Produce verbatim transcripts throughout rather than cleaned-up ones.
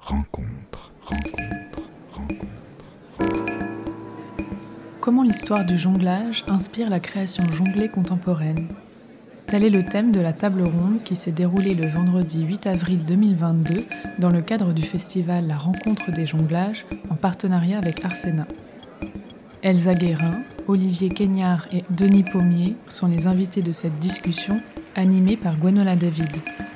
rencontre, rencontre, rencontre. Comment l'histoire du jonglage inspire la création jonglée contemporaine ? Tel est le thème de la table ronde qui s'est déroulée le vendredi huit avril deux mille vingt-deux dans le cadre du festival La Rencontre des Jonglages en partenariat avec Arsena. Elsa Guérin, Olivier Queignard et Denis Pommier sont les invités de cette discussion animée par Gwenola David.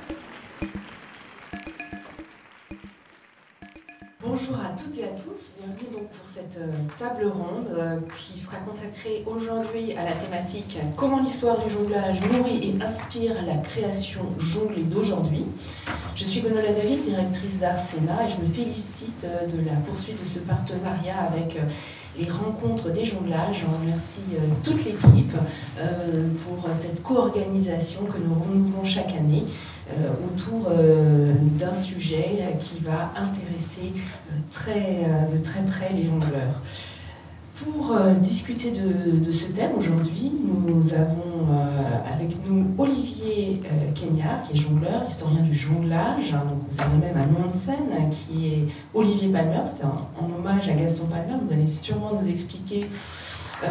Bonjour à toutes et à tous, bienvenue donc pour cette euh, table ronde euh, qui sera consacrée aujourd'hui à la thématique « Comment l'histoire du jonglage nourrit et inspire la création jonglée d'aujourd'hui ». Je suis Gwenola David, directrice d'Arsena, et je me félicite euh, de la poursuite de ce partenariat avec euh, les rencontres des jonglages. Je remercie euh, toute l'équipe euh, pour cette co-organisation que nous renouvelons chaque année euh, autour euh, d'un sujet qui va intéresser euh, très, euh, de très près les jongleurs. Pour euh, discuter de, de ce thème aujourd'hui, nous avons euh, avec nous Olivier euh, Queignard, qui est jongleur, historien du jonglage. Donc vous avez même un nom de scène qui est Olivier Palmer, c'est en, en hommage à Gaston Palmer. Vous allez sûrement nous expliquer euh,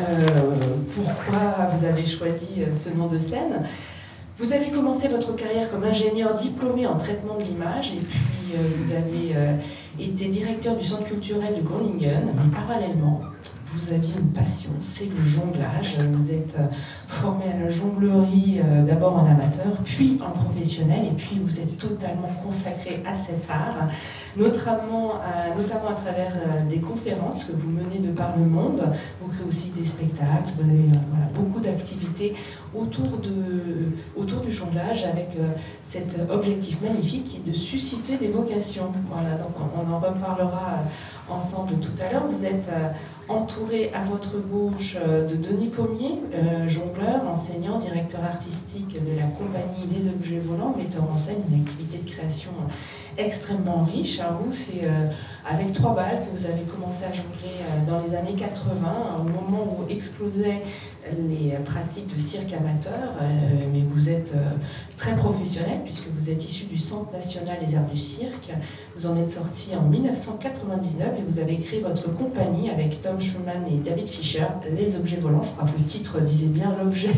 pourquoi vous avez choisi ce nom de scène. Vous avez commencé votre carrière comme ingénieur diplômé en traitement de l'image et puis euh, vous avez euh, été directeur du centre culturel de Groningen, mais parallèlement, vous aviez une passion, c'est le jonglage. Vous êtes formé à la jonglerie euh, d'abord en amateur, puis en professionnel, et puis vous êtes totalement consacré à cet art, notamment à, notamment à travers euh, des conférences que vous menez de par le monde. Vous créez aussi des spectacles, vous avez euh, voilà, beaucoup d'activités autour, de, autour du jonglage avec euh, cet objectif magnifique qui est de susciter des vocations. Voilà, donc on, on en reparlera euh, ensemble tout à l'heure. Vous êtes euh, entouré à votre gauche de Denis Pommier, euh, jongleur, enseignant, directeur artistique de la compagnie Les Objets Volants, metteur en scène, une activité de création extrêmement riche. Alors vous, c'est euh, avec trois balles que vous avez commencé à jongler euh, dans les années quatre-vingts, au moment où explosaient les pratiques de cirque amateur, euh, mais vous êtes euh, très professionnel puisque vous êtes issu du Centre national des arts du cirque. Vous en êtes sorti en mille neuf cent quatre-vingt-dix-neuf et vous avez créé votre compagnie avec Tom Schumann et David Fischer, Les Objets Volants. Je crois que le titre disait bien l'objet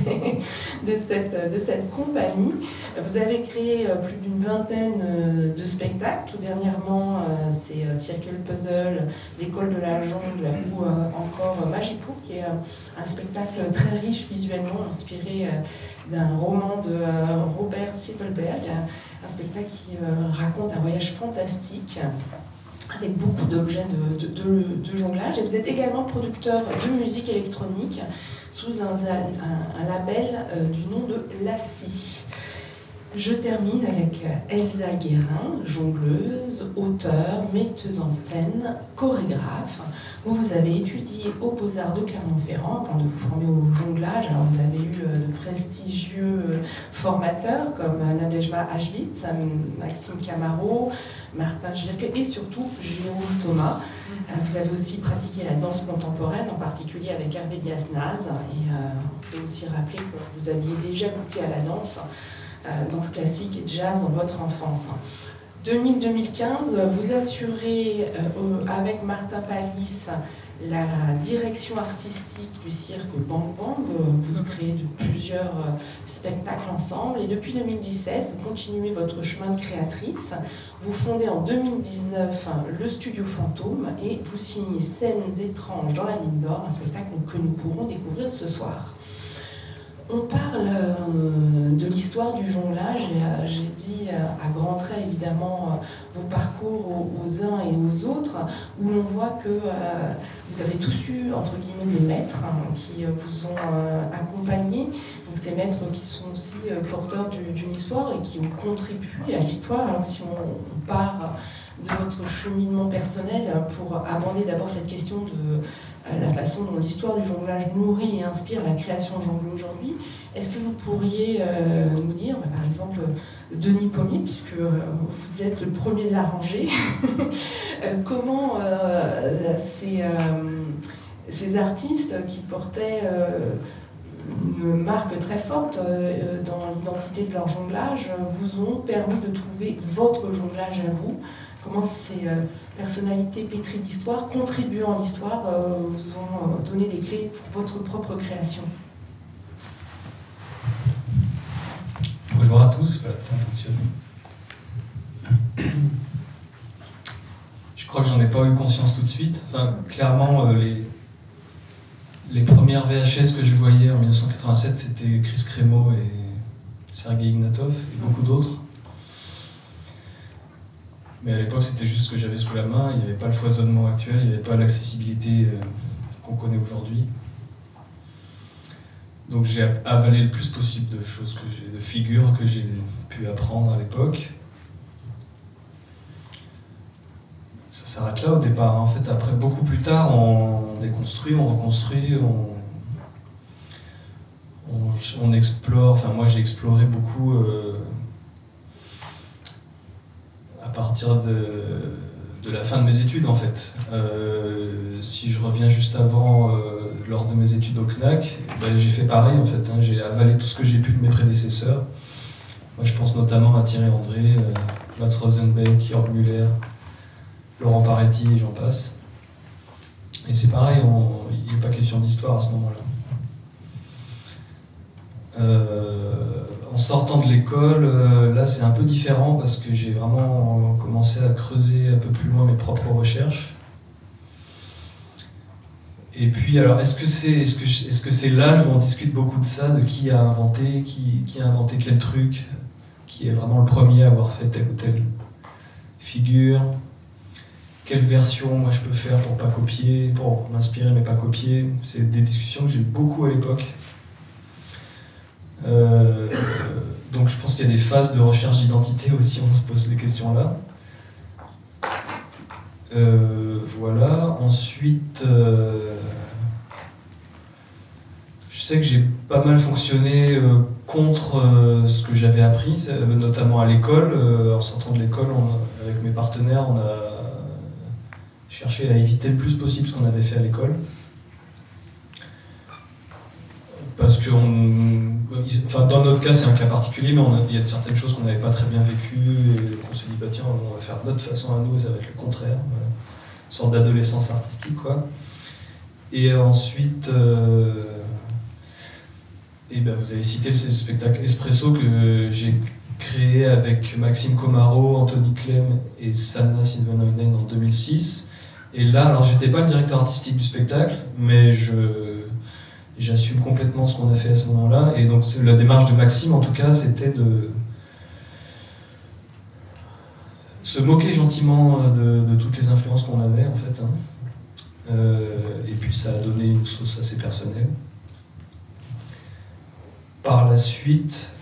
de cette, de cette compagnie. Vous avez créé plus d'une vingtaine de spectacles. Tout dernièrement, c'est Circle Puzzle, L'école de la jungle ou encore Magipour, qui est un spectacle très riche visuellement, inspiré d'un roman de Robert Silverberg, un spectacle qui raconte un voyage fantastique avec beaucoup d'objets de, de, de, de jonglage. Et vous êtes également producteur de musique électronique sous un, un, un label euh, du nom de Lassie. Je termine avec Elsa Guérin, jongleuse, auteure, metteuse en scène, chorégraphe. Vous, vous avez étudié aux Beaux-Arts de Clermont-Ferrand avant de vous former au jonglage. Alors, vous avez eu de prestigieux formateurs comme Nadejma Ajvitz, Maxime Camaro, Martin Gierke et surtout Jérôme Thomas. Vous avez aussi pratiqué la danse contemporaine, en particulier avec Hervé Diaz-Naz. Et euh, on peut aussi rappeler que vous aviez déjà goûté à la danse, euh, danse classique et jazz dans votre enfance. deux mille à deux mille quinze, vous assurez euh, avec Martin Palis la direction artistique du cirque Bang Bang. Vous créez de plusieurs spectacles ensemble. Et depuis deux mille dix-sept, vous continuez votre chemin de créatrice. Vous fondez en deux mille dix-neuf le Studio Fantôme et vous signez Scènes étranges dans la mine d'or, un spectacle que nous pourrons découvrir ce soir. On parle euh, de l'histoire du jonglage et euh, j'ai dit euh, à grands traits évidemment euh, vos parcours aux, aux uns et aux autres, où l'on voit que euh, vous avez tous eu entre guillemets des maîtres hein, qui euh, vous ont euh, accompagné. Donc ces maîtres qui sont aussi euh, porteurs du, d'une histoire et qui ont contribué à l'histoire. Alors si on, on part de votre cheminement personnel pour aborder d'abord cette question de la façon dont l'histoire du jonglage nourrit et inspire la création jonglée aujourd'hui. Est-ce que vous pourriez euh, nous dire, bah, par exemple, Denis Pommier, puisque euh, vous êtes le premier de la rangée, euh, comment euh, ces, euh, ces artistes qui portaient euh, une marque très forte euh, dans l'identité de leur jonglage vous ont permis de trouver votre jonglage à vous, Comment ces euh, personnalités pétries d'histoire, contribuant à l'histoire, euh, vous ont euh, donné des clés pour votre propre création? Bonjour à tous, voilà, ça fonctionne. Je crois que j'en ai pas eu conscience tout de suite. Enfin, clairement, euh, les, les premières V H S que je voyais en mille neuf cent quatre-vingt-sept, c'était Chris Crémeau et Sergei Ignatov et beaucoup d'autres. Mais à l'époque, c'était juste ce que j'avais sous la main. Il n'y avait pas le foisonnement actuel, il n'y avait pas l'accessibilité euh, qu'on connaît aujourd'hui. Donc j'ai avalé le plus possible de choses, que j'ai, de figures que j'ai pu apprendre à l'époque. Ça s'arrête là au départ. En fait, après, beaucoup plus tard, on déconstruit, on reconstruit, on, on, on explore. Enfin, moi, j'ai exploré beaucoup euh, à partir de, de la fin de mes études, en fait. Euh, si je reviens juste avant, euh, lors de mes études au C N A C, ben, j'ai fait pareil, en fait. Hein, j'ai avalé tout ce que j'ai pu de mes prédécesseurs. Moi, je pense notamment à Thierry André, euh, Mats Rosenbeck, Jörg Müller, Laurent Paretti et j'en passe. Et c'est pareil, on, il n'est pas question d'histoire à ce moment-là. Euh, en sortant de l'école, euh, là c'est un peu différent parce que j'ai vraiment commencé à creuser un peu plus loin mes propres recherches. Et puis alors, est-ce que c'est est-ce que, est-ce que c'est l'âge où on discute beaucoup de ça, de qui a inventé, qui, qui a inventé quel truc, qui est vraiment le premier à avoir fait telle ou telle figure? Quelle version moi je peux faire pour pas copier, pour m'inspirer mais pas copier? C'est des discussions que j'ai beaucoup à l'époque. Euh, donc je pense qu'il y a des phases de recherche d'identité aussi, on se pose ces questions-là. Euh, voilà. Ensuite, euh, je sais que j'ai pas mal fonctionné euh, contre euh, ce que j'avais appris, notamment à l'école. Euh, en sortant de l'école, on, avec mes partenaires, on a chercher à éviter le plus possible ce qu'on avait fait à l'école. Parce que, on, enfin, dans notre cas, c'est un cas particulier, mais on a, il y a certaines choses qu'on n'avait pas très bien vécues, et on s'est dit, bah tiens, on va faire notre façon à nous, et ça va être le contraire. Voilà. Une sorte d'adolescence artistique, quoi. Et ensuite, euh, et ben, vous avez cité le spectacle Espresso que j'ai créé avec Maxime Comaro, Anthony Clem et Sanna Silvanoinen en deux mille six. Et là, alors j'étais pas le directeur artistique du spectacle, mais je, j'assume complètement ce qu'on a fait à ce moment-là. Et donc la démarche de Maxime, en tout cas, c'était de se moquer gentiment de, de toutes les influences qu'on avait, en fait. Hein. Euh, et puis ça a donné une sauce assez personnelle. Par la suite,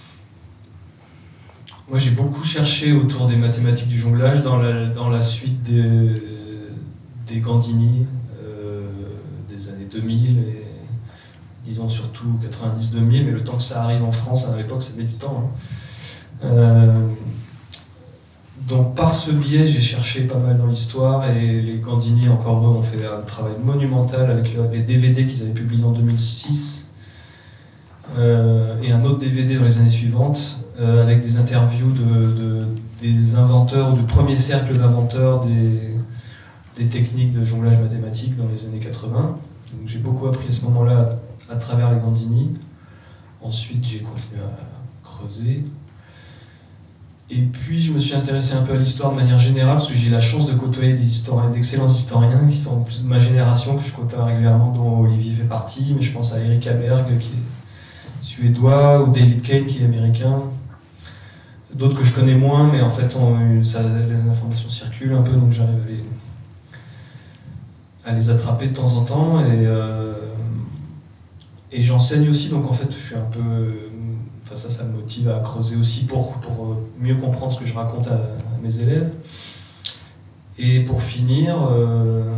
moi j'ai beaucoup cherché autour des mathématiques du jonglage dans la, dans la suite des des Gandini euh, des années deux mille et disons surtout quatre-vingt-dix deux mille, mais le temps que ça arrive en France, à l'époque ça met du temps. Hein. Euh, donc par ce biais, j'ai cherché pas mal dans l'histoire et les Gandini, encore eux, ont fait un travail monumental avec les D V D qu'ils avaient publiés en deux mille six euh, et un autre D V D dans les années suivantes euh, avec des interviews de, de, des inventeurs ou du premier cercle d'inventeurs des des techniques de jonglage mathématique dans les années quatre-vingts. Donc j'ai beaucoup appris à ce moment-là à, à travers les Gandini. Ensuite, j'ai continué à creuser. Et puis, je me suis intéressé un peu à l'histoire de manière générale, parce que j'ai eu la chance de côtoyer des historiens, d'excellents historiens qui sont plus de ma génération, que je côtoie régulièrement, dont Olivier fait partie, mais je pense à Eric Aberg, qui est suédois, ou David Kane, qui est américain. D'autres que je connais moins, mais en fait, on, ça, les informations circulent un peu, donc j'arrive à les... à les attraper de temps en temps et, euh, et j'enseigne aussi, donc en fait je suis un peu, enfin ça ça me motive à creuser aussi pour, pour mieux comprendre ce que je raconte à, à mes élèves. Et pour finir, euh,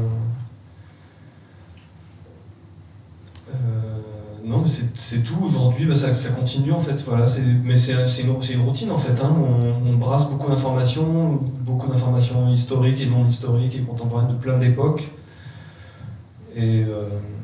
euh, non mais c'est, c'est tout aujourd'hui, bah, ça, ça continue en fait, voilà, c'est, mais c'est, c'est, une, c'est une routine en fait, hein. on, on brasse beaucoup d'informations, beaucoup d'informations historiques et non historiques et contemporaines de plein d'époques. Et euh,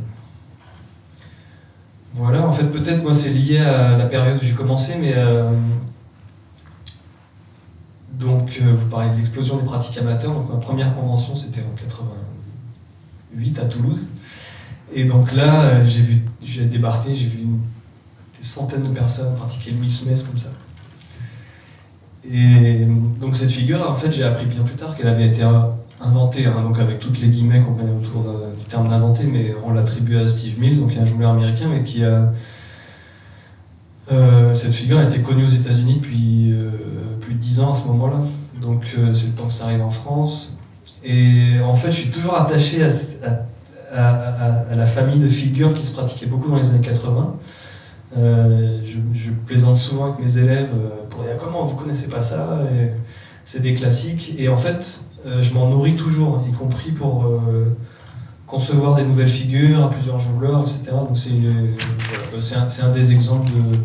voilà, en fait, peut-être moi c'est lié à la période où j'ai commencé, mais euh, Donc, euh, vous parlez de l'explosion des pratiques amateurs. Donc, ma première convention, c'était en quatre-vingt-huit à Toulouse. Et donc là, euh, j'ai vu, j'ai débarqué, j'ai vu une, des centaines de personnes pratiquer le Will Smith comme ça. Et donc cette figure, en fait, j'ai appris bien plus tard qu'elle avait été inventée, hein, donc avec toutes les guillemets qu'on met autour de, du terme d'inventer, mais on l'attribue à Steve Mills, donc un jongleur américain, mais qui a... Euh, cette figure a été connue aux États-Unis depuis euh, plus de dix ans à ce moment-là, donc euh, c'est le temps que ça arrive en France. Et en fait, je suis toujours attaché à, à, à, à la famille de figures qui se pratiquait beaucoup dans les années quatre-vingts. Euh, je, je plaisante souvent avec mes élèves euh, pour dire comment vous connaissez pas ça, et c'est des classiques. Et en fait, euh, je m'en nourris toujours, y compris pour euh, concevoir des nouvelles figures à plusieurs jongleurs, et cetera. Donc c'est, euh, voilà, c'est, un, c'est un des exemples de,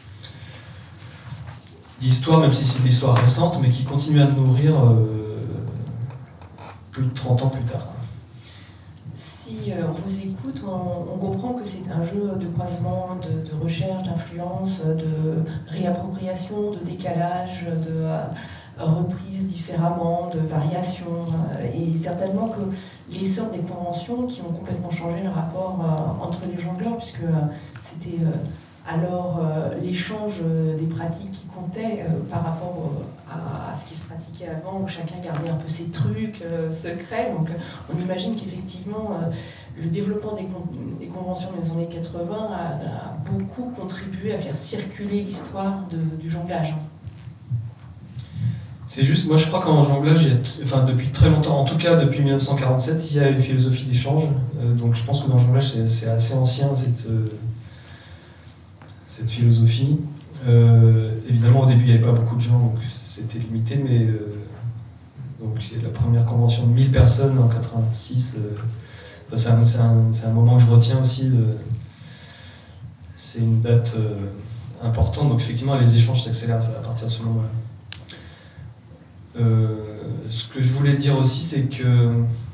d'histoire, même si c'est de l'histoire récente, mais qui continue à me nourrir euh, plus de trente ans plus tard. Si on vous écoute, on, on comprend que c'est un jeu de croisement, de, de recherche, d'influence, de réappropriation, de décalage, de euh, reprise différemment, de variation. Euh, et certainement que l'essor des conventions qui ont complètement changé le rapport euh, entre les jongleurs, puisque euh, c'était euh, alors euh, l'échange des pratiques qui comptait euh, par rapport euh, à, à ce qui se pratiquait avant, où chacun gardait un peu ses trucs euh, secrets. Donc on imagine qu'effectivement euh, le développement des, con- des conventions des années quatre-vingts a, a beaucoup contribué à faire circuler l'histoire de, du jonglage. C'est juste, moi je crois qu'en jonglage, il y a, enfin depuis très longtemps, en tout cas depuis dix-neuf cent quarante-sept, il y a une philosophie d'échange. Euh, donc je pense que dans le jonglage, c'est, c'est assez ancien cette... Euh, cette philosophie. Euh, évidemment, au début, il n'y avait pas beaucoup de gens, donc c'était limité, mais euh, donc il y a la première convention de mille personnes en quatre-vingt-six. Euh, enfin, c'est, un, c'est, un, c'est un moment que je retiens aussi. De, c'est une date euh, importante, donc effectivement, les échanges s'accélèrent à partir de ce moment-là. Euh, ce que je voulais dire aussi, c'est que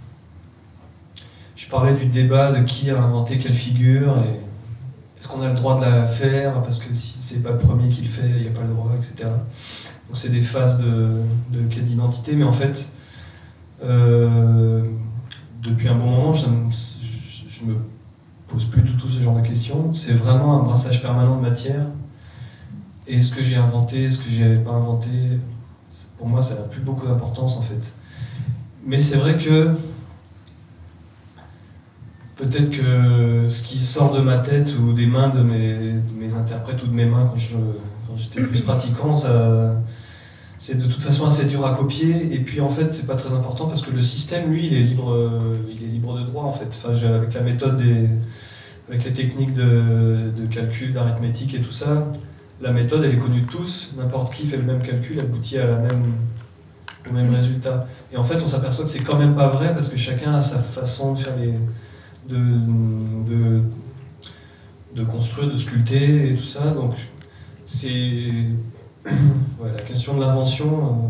je parlais du débat de qui a inventé quelle figure, et est-ce qu'on a le droit de la faire, parce que si c'est pas le premier qui le fait, il n'y a pas le droit, et cetera. Donc c'est des phases de, de quête d'identité, mais en fait, euh, depuis un bon moment, je, je, je me pose plus du tout ce genre de questions. C'est vraiment un brassage permanent de matière. Et ce que j'ai inventé, ce que j'ai pas inventé, pour moi, ça n'a plus beaucoup d'importance en fait. Mais c'est vrai que peut-être que ce qui sort de ma tête ou des mains de mes, de mes interprètes ou de mes mains quand, je, quand j'étais plus pratiquant, ça, c'est de toute façon assez dur à copier. Et puis en fait, c'est pas très important parce que le système, lui, il est libre, il est libre de droit en fait. Enfin, j'ai, avec la méthode des, avec les techniques de, de calcul, d'arithmétique et tout ça, la méthode, elle est connue de tous. N'importe qui fait le même calcul, aboutit à la même, au même résultat. Et en fait, on s'aperçoit que c'est quand même pas vrai parce que chacun a sa façon de faire les De, de, de construire, de sculpter et tout ça. Donc c'est ouais, la question de l'invention. Euh,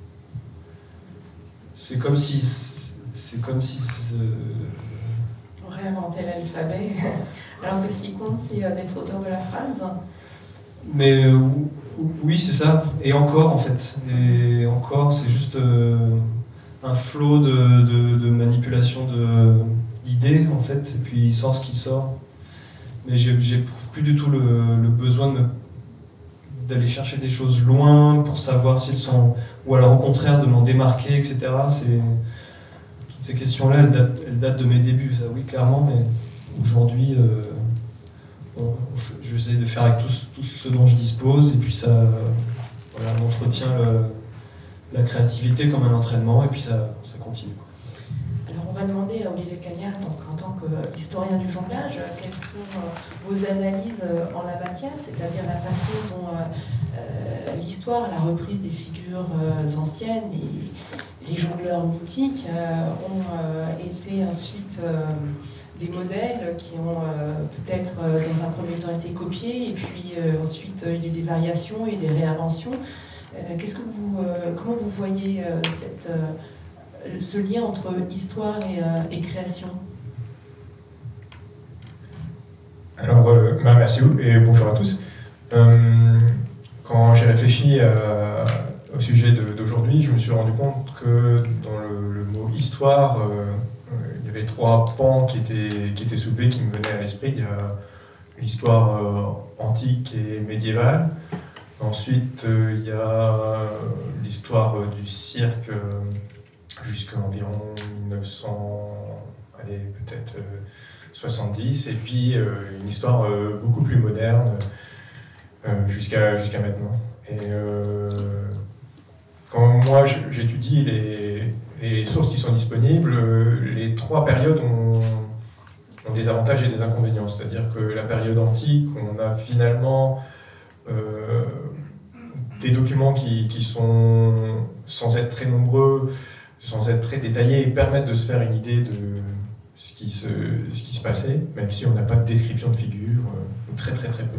c'est comme si c'est comme si on réinventait l'alphabet, alors que ce qui compte, c'est d'être auteur de la phrase. Mais euh, oui, c'est ça. Et encore en fait. Et encore, c'est juste euh, un flot de, de, de manipulation de d'idées en fait, et puis il sort ce qui sort. Mais j'ai, j'éprouve plus du tout le, le besoin de me, d'aller chercher des choses loin pour savoir s'ils sont, ou alors au contraire de m'en démarquer, et cetera. C'est, toutes ces questions-là, elles datent, elles datent de mes débuts, ça oui, clairement, mais aujourd'hui, euh, on, on fait, j'essaie de faire avec tout, tout ce dont je dispose, et puis ça, voilà, on entretient le, la créativité comme un entraînement, et puis ça, ça continue. Alors on va demander à Olivier Cagnard, donc en tant qu'historien du jonglage, quelles sont vos analyses en la matière, c'est-à-dire la façon dont euh, l'histoire, la reprise des figures euh, anciennes, les, les jongleurs mythiques euh, ont euh, été ensuite euh, des modèles qui ont euh, peut-être euh, dans un premier temps été copiés, et puis euh, ensuite euh, il y a eu des variations et des réinventions. Euh, qu'est-ce que vous, euh, comment vous voyez euh, cette... Euh, ce lien entre histoire et, euh, et création? Alors, euh, bah, merci et bonjour à tous. Euh, quand j'ai réfléchi euh, au sujet d'aujourd'hui, je me suis rendu compte que dans le, le mot histoire, euh, euh, il y avait trois pans qui étaient, qui étaient soulevés, qui me venaient à l'esprit. Il y a l'histoire euh, antique et médiévale. Ensuite, euh, il y a l'histoire euh, du cirque euh, jusqu'à environ mille neuf cents, allez, peut-être euh, soixante-dix. Et puis euh, une histoire euh, beaucoup plus moderne euh, jusqu'à jusqu'à maintenant. Et euh, quand moi j'étudie les, les sources qui sont disponibles, les trois périodes ont, ont des avantages et des inconvénients. C'est-à-dire que la période antique, on a finalement euh, des documents qui, qui sont, sans être très nombreux, sans être très détaillés, permettent de se faire une idée de ce qui se, ce qui se passait, même si on n'a pas de description de figure, euh, très très très peu.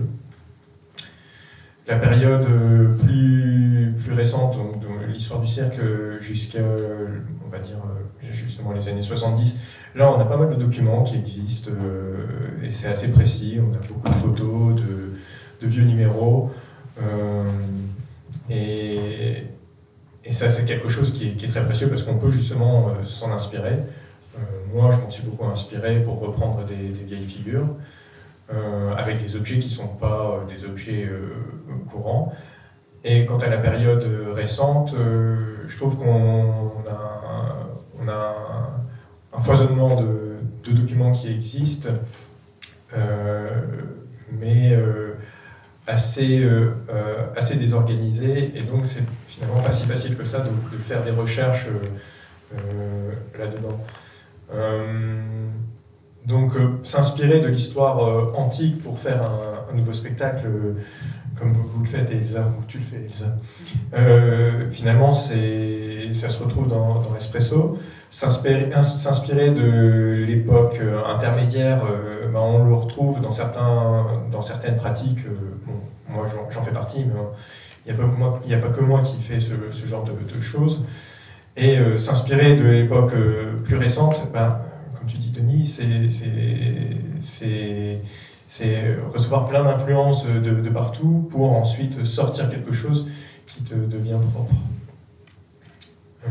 La période plus, plus récente, donc de l'histoire du cirque jusqu'à, on va dire, justement les années soixante-dix, là on a pas mal de documents qui existent euh, et c'est assez précis, on a beaucoup de photos, de, de vieux numéros euh, et, et ça c'est quelque chose qui est, qui est très précieux parce qu'on peut justement euh, s'en inspirer. Euh, moi je m'en suis beaucoup inspiré pour reprendre des, des vieilles figures. Euh, avec des objets qui ne sont pas euh, des objets euh, courants. Et quant à la période récente, euh, je trouve qu'on a, on a un, un foisonnement de, de documents qui existent, euh, mais euh, assez, euh, assez désorganisés, et donc c'est finalement pas si facile que ça de, de faire des recherches euh, là-dedans. Euh, Donc, euh, s'inspirer de l'histoire euh, antique pour faire un, un nouveau spectacle, euh, comme vous, vous le faites, Elsa, ou tu le fais, Elsa, euh, finalement, ça se retrouve dans, dans Espresso. S'inspirer de l'époque euh, intermédiaire, euh, ben, on le retrouve dans, certains, dans certaines pratiques. Euh, bon, moi, j'en fais partie, mais il n'y a, a pas que moi qui fais ce, ce genre de, de choses. Et euh, s'inspirer de l'époque euh, plus récente, ben, comme tu dis, Denis, c'est recevoir plein d'influences de, de partout pour ensuite sortir quelque chose qui te devient propre. Hum.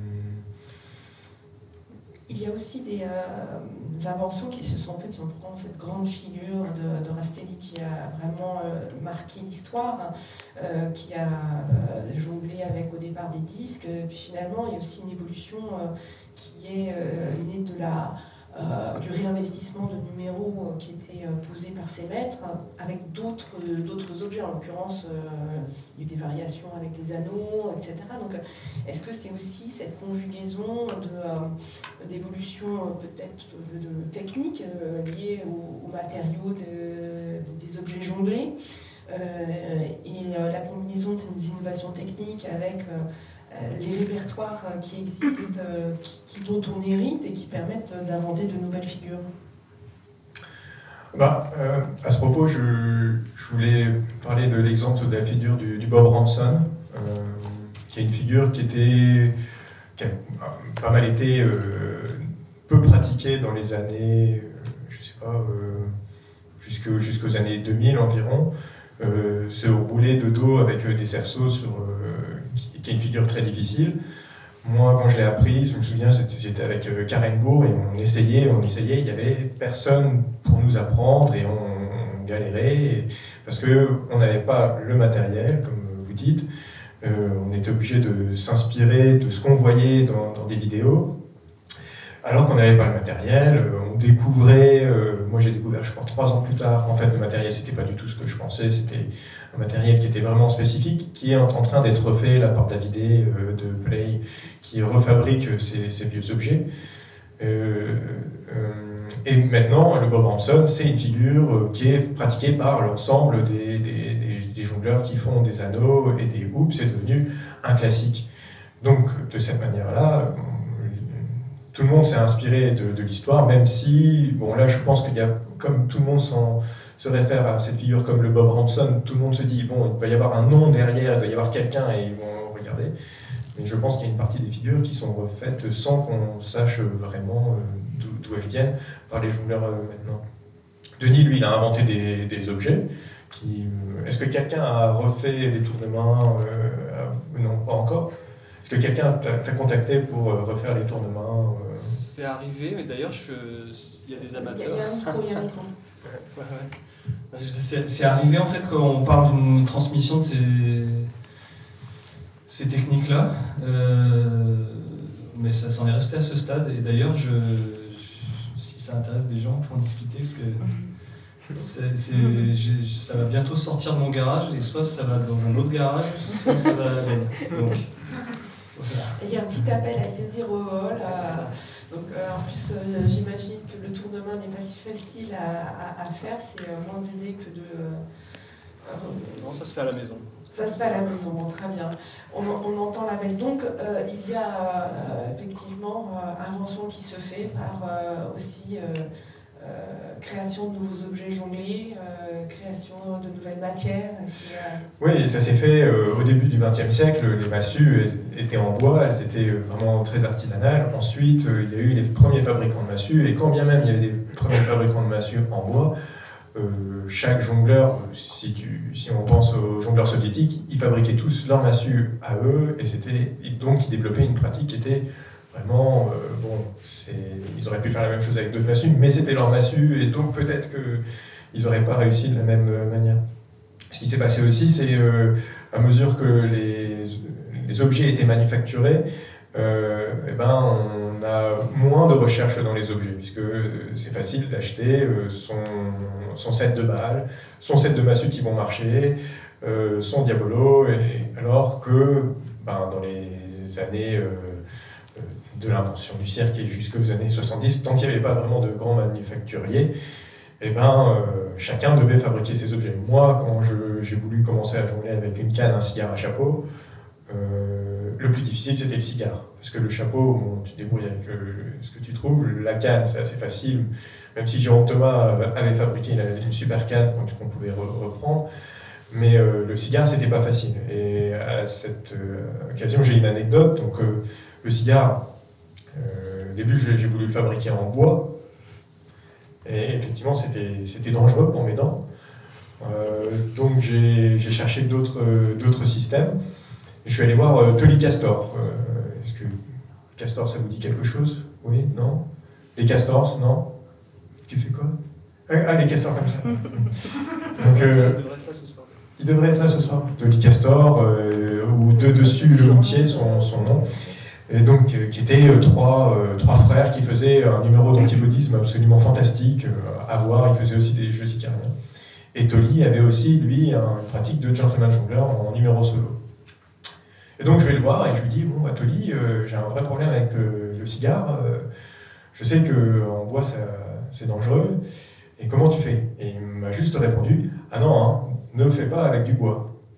Il y a aussi des, euh, des inventions qui se sont faites. Si on prend cette grande figure de, de Rastelli qui a vraiment euh, marqué l'histoire, euh, qui a euh, jonglé avec au départ des disques, puis finalement il y a aussi une évolution euh, qui est euh, née de la, euh, du réinvestissement de numéros euh, qui étaient euh, posés par ses maîtres avec d'autres d'autres objets. En l'occurrence, euh, il y a eu des variations avec les anneaux, et cetera. Donc, est-ce que c'est aussi cette conjugaison d'évolution euh, peut-être de, de techniques euh, liées aux, aux matériaux de, de, des objets jonglés euh, et euh, la combinaison de ces innovations techniques avec euh, les répertoires qui existent, qui, qui, dont on hérite et qui permettent d'inventer de nouvelles figures? Bah, euh, à ce propos, je, je voulais parler de l'exemple de la figure du, du Bob Ransom, euh, qui est une figure qui, était, qui a pas mal été euh, peu pratiquée dans les années, je sais pas, euh, jusqu'aux jusqu'aux années deux mille environ. Euh, se rouler de dos avec des cerceaux sur, euh, qui, qui est une figure très difficile. Moi, quand je l'ai apprise, je me souviens, c'était avec Karen Bourg et on essayait, on essayait, il n'y avait personne pour nous apprendre et on, on galérait et, parce qu'on n'avait pas le matériel, comme vous dites. Euh, on était obligé de s'inspirer de ce qu'on voyait dans, dans des vidéos. Alors qu'on n'avait pas le matériel, on découvrait, euh, moi j'ai découvert je crois trois ans plus tard qu'en fait le matériel c'était pas du tout ce que je pensais, c'était un matériel qui était vraiment spécifique, qui est en train d'être fait là par David euh, de Play, qui refabrique ces, ces vieux objets. Euh, euh, et maintenant le Bob Ransom c'est une figure qui est pratiquée par l'ensemble des, des, des, des jongleurs qui font des anneaux et des hoops, c'est devenu un classique. Donc de cette manière-là, tout le monde s'est inspiré de, de l'histoire, même si, bon là je pense qu'il y a, comme tout le monde se réfère à cette figure comme le Bob Ransom, tout le monde se dit, bon, il doit y avoir un nom derrière, il doit y avoir quelqu'un et ils vont regarder. Mais je pense qu'il y a une partie des figures qui sont refaites sans qu'on sache vraiment d'où elles viennent par les jongleurs maintenant. Denis, lui, il a inventé des, des objets qui... Est-ce que quelqu'un a refait les tours de main euh, Non, pas encore. Est-ce que quelqu'un t'a contacté pour refaire les tours de main euh... C'est arrivé, mais d'ailleurs, il y a des amateurs. Il y a un micro, il y a un micro. Ouais, ouais. C'est, c'est arrivé en fait quand on parle d'une transmission de ces, ces techniques-là, euh, mais ça s'en est resté à ce stade. Et d'ailleurs, je, si ça intéresse des gens, pour en discuter, parce que c'est, c'est, j'ai, ça va bientôt sortir de mon garage, et soit ça va dans un autre garage, soit ça va. Donc, voilà. Il y a un petit appel à saisir au vol. Euh, donc, euh, en plus, euh, j'imagine que le tour de main n'est pas si facile à, à, à faire. C'est euh, moins aisé que de. Euh, non, ça se fait à la maison. Ça se fait à la maison, bon, très bien. On, on entend l'appel. Donc, euh, il y a euh, effectivement euh, invention qui se fait par euh, aussi euh, euh, création de nouveaux objets jonglés, euh, création de nouvelles matières. Qui, euh... Oui, ça s'est fait euh, au début du vingtième siècle. Les massues étaient en bois, elles étaient vraiment très artisanales. Ensuite, euh, il y a eu les premiers fabricants de massues, et quand bien même il y avait des premiers fabricants de massues en bois, Euh, chaque jongleur, si, tu, si on pense aux jongleurs soviétiques, ils fabriquaient tous leurs massues à eux, et c'était donc ils développaient une pratique qui était vraiment euh, bon. Ils auraient pu faire la même chose avec d'autres massues, mais c'était leur massue, et donc peut-être qu'ils n'auraient pas réussi de la même manière. Ce qui s'est passé aussi, c'est euh, à mesure que les, les objets étaient manufacturés, Euh, eh ben, on a moins de recherche dans les objets, puisque c'est facile d'acheter euh, son, son set de balles, son set de massues qui vont marcher, euh, son diabolo, et, alors que ben, dans les années euh, de l'invention du cirque et jusqu'aux années soixante-dix, tant qu'il n'y avait pas vraiment de grands manufacturiers, eh ben, euh, chacun devait fabriquer ses objets. Moi, quand je, j'ai voulu commencer à jongler avec une canne, un cigare, un chapeau, Euh, le plus difficile, c'était le cigare. Parce que le chapeau, bon, tu te débrouilles avec le, ce que tu trouves. La canne, c'est assez facile. Même si Jérôme Thomas avait fabriqué une, une super canne qu'on pouvait re reprendre. Mais euh, le cigare, c'était pas facile. Et à cette euh, occasion, j'ai une anecdote. Donc, euh, le cigare, euh, au début, j'ai voulu le fabriquer en bois. Et effectivement, c'était dangereux pour mes dents. Euh, donc, j'ai cherché d'autres d'autres systèmes. Et je suis allé voir euh, Tolly Castor. Euh, Est-ce que Castor, ça vous dit quelque chose? Oui? Non? Les Castors? Non? Tu fais quoi? Ah, les Castors comme ça. Donc, euh, il devrait être là ce soir. Il devrait être là ce soir. Tolly Castor, euh, ou de dessus le routier, son, son nom. Et donc, euh, qui étaient euh, trois, euh, trois frères qui faisaient un numéro d'antibodisme absolument fantastique euh, à voir. Ils faisaient aussi des jeux sicariens. Et Tolly avait aussi, lui, un, une pratique de gentleman jongleur en numéro solo. Et donc je vais le voir et je lui dis, bon, Tolly, euh, j'ai un vrai problème avec euh, le cigare, euh, je sais qu'en bois c'est dangereux, et comment tu fais? Et il m'a juste répondu, ah non, hein, ne fais pas avec du bois.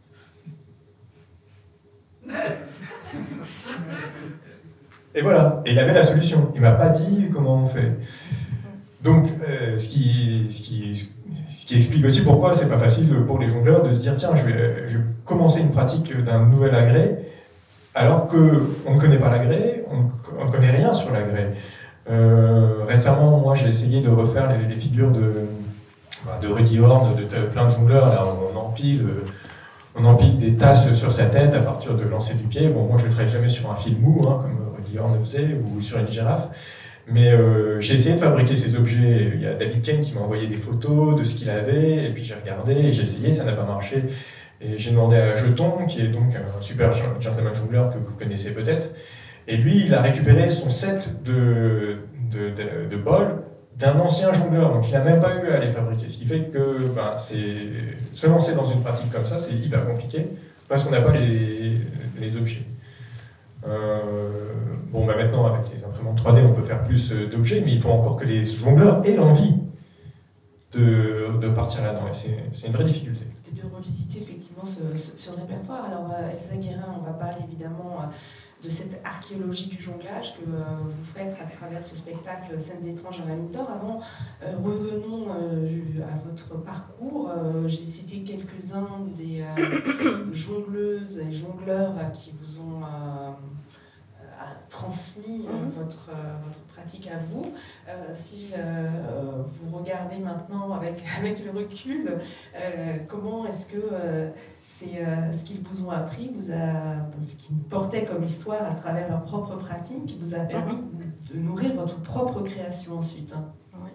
Et voilà, et il avait la solution, il ne m'a pas dit comment on fait. Donc, euh, ce, qui, ce, qui, ce qui explique aussi pourquoi c'est pas facile pour les jongleurs de se dire, tiens, je vais, je vais commencer une pratique d'un nouvel agrès, alors qu'on ne connaît pas l'agrès, on ne connaît rien sur l'agrès. Euh, récemment, moi, j'ai essayé de refaire les, les figures de, de Rudy Horn, de, de plein de jongleurs. Là, on, on, empile, on empile des tasses sur sa tête à partir de lancer du pied. Bon, moi, je ne le ferai jamais sur un fil mou, hein, comme Rudy Horn le faisait, ou sur une girafe. Mais euh, j'ai essayé de fabriquer ces objets. Il y a David Kane qui m'a envoyé des photos de ce qu'il avait, et puis j'ai regardé, et j'ai essayé, ça n'a pas marché. Et j'ai demandé à Jeton, qui est donc un super gentleman jongleur que vous connaissez peut-être, et lui, il a récupéré son set de, de, de, de bols d'un ancien jongleur, donc il n'a même pas eu à les fabriquer. Ce qui fait que ben, se lancer dans une pratique comme ça, c'est hyper compliqué, parce qu'on n'a pas les, les objets. Euh, bon, bah maintenant, avec les imprimantes trois D, on peut faire plus d'objets, mais il faut encore que les jongleurs aient l'envie de, de partir là-dedans, et c'est une vraie difficulté. Et de revisiter effectivement ce, ce, ce répertoire. Alors, Elsa Guérin, on va parler évidemment de cette archéologie du jonglage que euh, vous faites à travers ce spectacle Scènes étranges à la Mine-d'Or. Avant, euh, revenons euh, à votre parcours. Euh, J'ai cité quelques-uns des euh, jongleuses et jongleurs qui vous ont euh, transmis euh, votre, euh, votre pratique à vous. Euh, si euh, vous regardez maintenant avec, avec le recul, euh, comment est-ce que euh, c'est, euh, ce qu'ils vous ont appris, vous a, ce qu'ils portaient comme histoire à travers leur propre pratique, vous a permis de nourrir votre propre création ensuite, hein.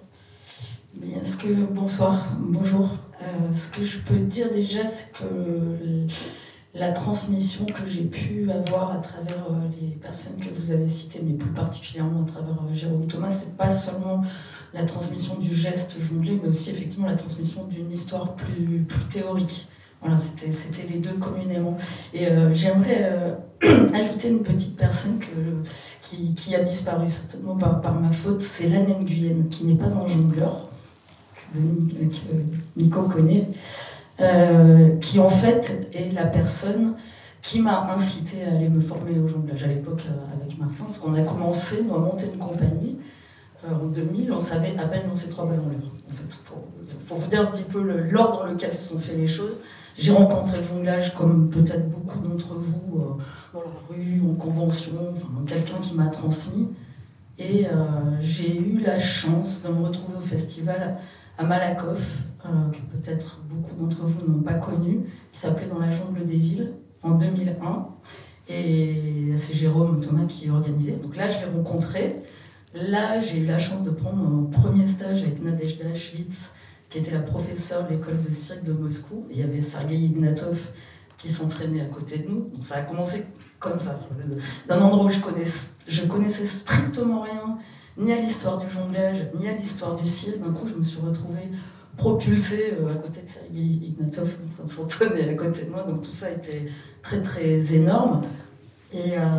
Bien, ce que, bonsoir, bonjour. Euh, ce que je peux dire déjà, c'est que la transmission que j'ai pu avoir à travers euh, les personnes que vous avez citées, mais plus particulièrement à travers euh, Jérôme Thomas, c'est pas seulement la transmission du geste jonglé, mais aussi effectivement la transmission d'une histoire plus, plus théorique. Voilà, c'était, c'était les deux communément. Et euh, j'aimerais euh, ajouter une petite personne que, qui, qui a disparu, certainement par, par ma faute, c'est Lanne Nguyen, qui n'est pas un jongleur, que Nico connaît, euh, qui en fait est la personne qui m'a incité à aller me former au jonglage à l'époque euh, avec Martin, parce qu'on a commencé, nous, à monter une compagnie euh, en deux mille, on savait à peine lancer trois balles en l'air. En fait, pour, pour vous dire un petit peu le, l'ordre dans lequel se sont fait les choses, j'ai rencontré le jonglage comme peut-être beaucoup d'entre vous euh, dans la rue, en convention, enfin, quelqu'un qui m'a transmis, et euh, j'ai eu la chance de me retrouver au festival à Malakoff, euh, que peut-être beaucoup d'entre vous n'ont pas connu, qui s'appelait Dans la jungle des villes, en deux mille un. Et c'est Jérôme Thomas qui organisait. Donc là, je l'ai rencontré. Là, j'ai eu la chance de prendre mon premier stage avec Nadezhda Schwitz, qui était la professeure de l'école de cirque de Moscou. Il y avait Sergei Ignatov qui s'entraînait à côté de nous. Donc ça a commencé comme ça, d'un endroit où je connaissais, je connaissais strictement rien, ni à l'histoire du jonglage, ni à l'histoire du cirque. D'un coup, je me suis retrouvée propulsée euh, à côté de Sergei Ignatov, en train de s'entraîner à côté de moi. Donc tout ça a été très très énorme. Et euh...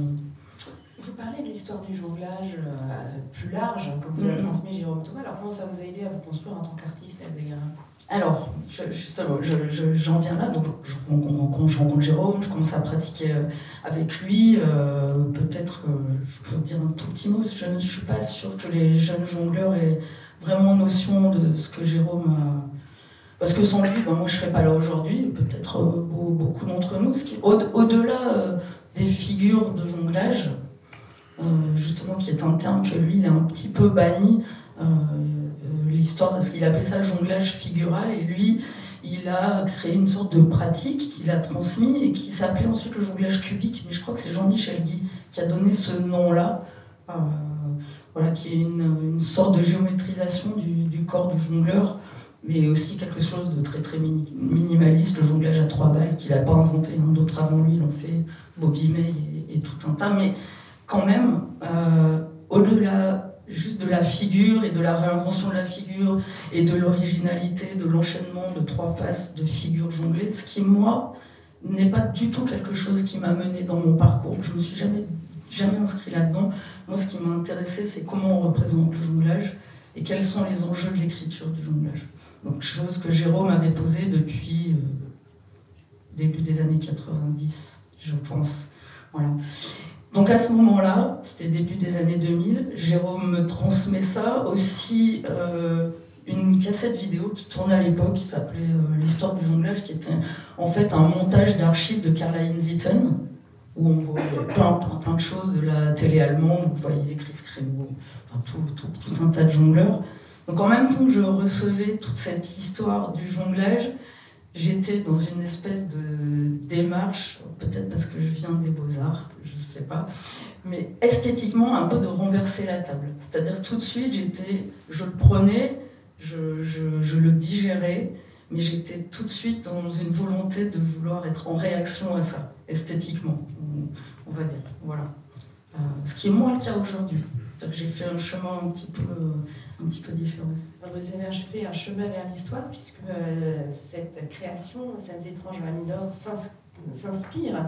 vous parlez de l'histoire du jonglage euh, plus large que vous avez mmh. transmis Jérôme Thomas. Alors comment ça vous a aidé à vous construire en tant qu'artiste, Eldegar ? Alors, je, justement, je, je, j'en viens là, donc je rencontre, je rencontre Jérôme, je commence à pratiquer avec lui. Euh, peut-être, euh, je peux dire un tout petit mot, je ne suis pas sûre que les jeunes jongleurs aient vraiment notion de ce que Jérôme a... Parce que sans lui, ben moi je ne serais pas là aujourd'hui, peut-être euh, beaucoup d'entre nous. Ce qui, au, au-delà euh, des figures de jonglage, euh, justement, qui est un terme que lui, il a un petit peu banni, euh, l'histoire, parce qu'il appelait ça le jonglage figural, et lui, il a créé une sorte de pratique qu'il a transmis et qui s'appelait ensuite le jonglage cubique, mais je crois que c'est Jean-Michel Guy qui a donné ce nom-là, euh, voilà, qui est une, une sorte de géométrisation du, du corps du jongleur, mais aussi quelque chose de très très mini, minimaliste, le jonglage à trois balles, qu'il n'a pas inventé, hein, d'autres avant lui l'ont fait, Bobby May et, et tout un tas, mais quand même, euh, au-delà juste de la figure et de la réinvention de la figure et de l'originalité, de l'enchaînement de trois faces de figures jonglées, ce qui, moi, n'est pas du tout quelque chose qui m'a mené dans mon parcours. Je ne me suis jamais, jamais inscrit là-dedans. Moi, ce qui m'a intéressé, c'est comment on représente le jonglage et quels sont les enjeux de l'écriture du jonglage. Donc, chose que Jérôme avait posée depuis euh, début des années quatre-vingt-dix, je pense. Voilà. Donc à ce moment-là, c'était début des années deux mille, Jérôme me transmet ça, aussi euh, une cassette vidéo qui tournait à l'époque, qui s'appelait euh, L'histoire du jonglage, qui était en fait un montage d'archives de Karl-Heinz Zitten, où on voit plein, plein, plein de choses de la télé allemande, vous voyez Chris Crémeau, enfin, tout, tout, tout un tas de jongleurs. Donc en même temps que je recevais toute cette histoire du jonglage, j'étais dans une espèce de démarche, peut-être parce que je viens des Beaux-Arts, je ne sais pas, mais esthétiquement un peu de renverser la table. C'est-à-dire tout de suite, j'étais, je le prenais, je, je, je le digérais, mais j'étais tout de suite dans une volonté de vouloir être en réaction à ça, esthétiquement, on, on va dire. Voilà. Euh, ce qui est moins le cas aujourd'hui. C'est-à-dire que j'ai fait un chemin un petit peu... un petit peu différent. Alors vous avez achevé un chemin vers l'histoire, puisque euh, cette création, Scènes étranges à la mine d'or, s'inspire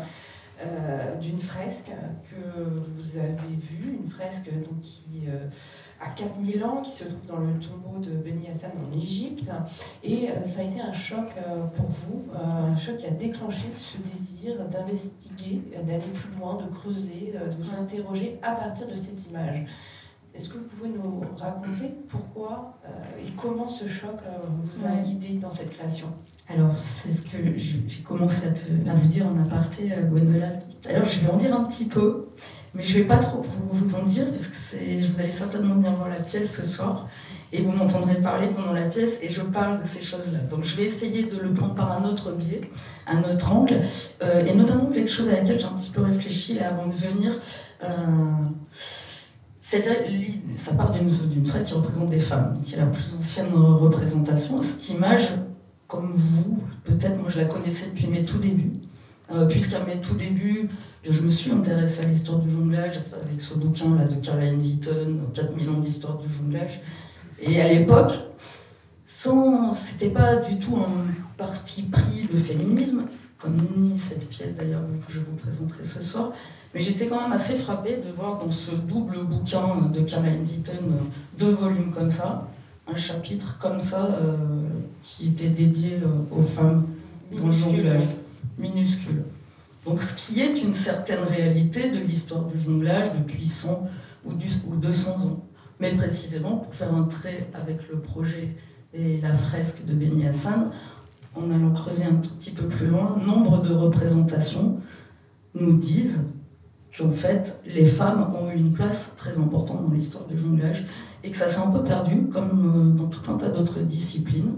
euh, d'une fresque que vous avez vue, une fresque donc, qui euh, a quatre mille ans, qui se trouve dans le tombeau de Beni Hassan en Égypte. Et euh, ça a été un choc euh, pour vous, euh, un choc qui a déclenché ce désir d'investiguer, d'aller plus loin, de creuser, euh, de vous interroger à partir de cette image. Est-ce que vous pouvez nous raconter pourquoi euh, et comment ce choc euh, vous a ouais. guidé dans cette création ? Alors, c'est ce que j'ai commencé à, te, à vous dire en aparté, Gwendolyn. Alors, je vais en dire un petit peu. Mais je ne vais pas trop vous, vous en dire, parce que c'est, vous allez certainement venir voir la pièce ce soir, et vous m'entendrez parler pendant la pièce, et je parle de ces choses-là. Donc je vais essayer de le prendre par un autre biais, un autre angle, euh, et notamment quelque chose à laquelle j'ai un petit peu réfléchi là, avant de venir. Euh, C'est-à-dire, ça part d'une, d'une fresque qui représente des femmes, qui est la plus ancienne représentation. Cette image, comme vous, peut-être moi je la connaissais depuis mes tout débuts, euh, puisqu'à mes tout débuts, je me suis intéressée à l'histoire du jonglage avec ce bouquin là de Caroline Deaton, quatre mille ans d'histoire du jonglage. Et à l'époque, sans, c'était pas du tout un parti pris de féminisme, comme ni cette pièce d'ailleurs que je vous présenterai ce soir, mais j'étais quand même assez frappée de voir dans ce double bouquin de Caroline Deaton, deux volumes comme ça, un chapitre comme ça euh, qui était dédié euh, aux femmes dans le jonglage, minuscule. Donc ce qui est une certaine réalité de l'histoire du jonglage depuis cent ou, du, ou deux cents ans. Mais précisément, pour faire un trait avec le projet et la fresque de Beni Hassen, en allant creuser un tout petit peu plus loin, nombre de représentations nous disent qu'en fait, les femmes ont eu une place très importante dans l'histoire du jonglage et que ça s'est un peu perdu, comme dans tout un tas d'autres disciplines.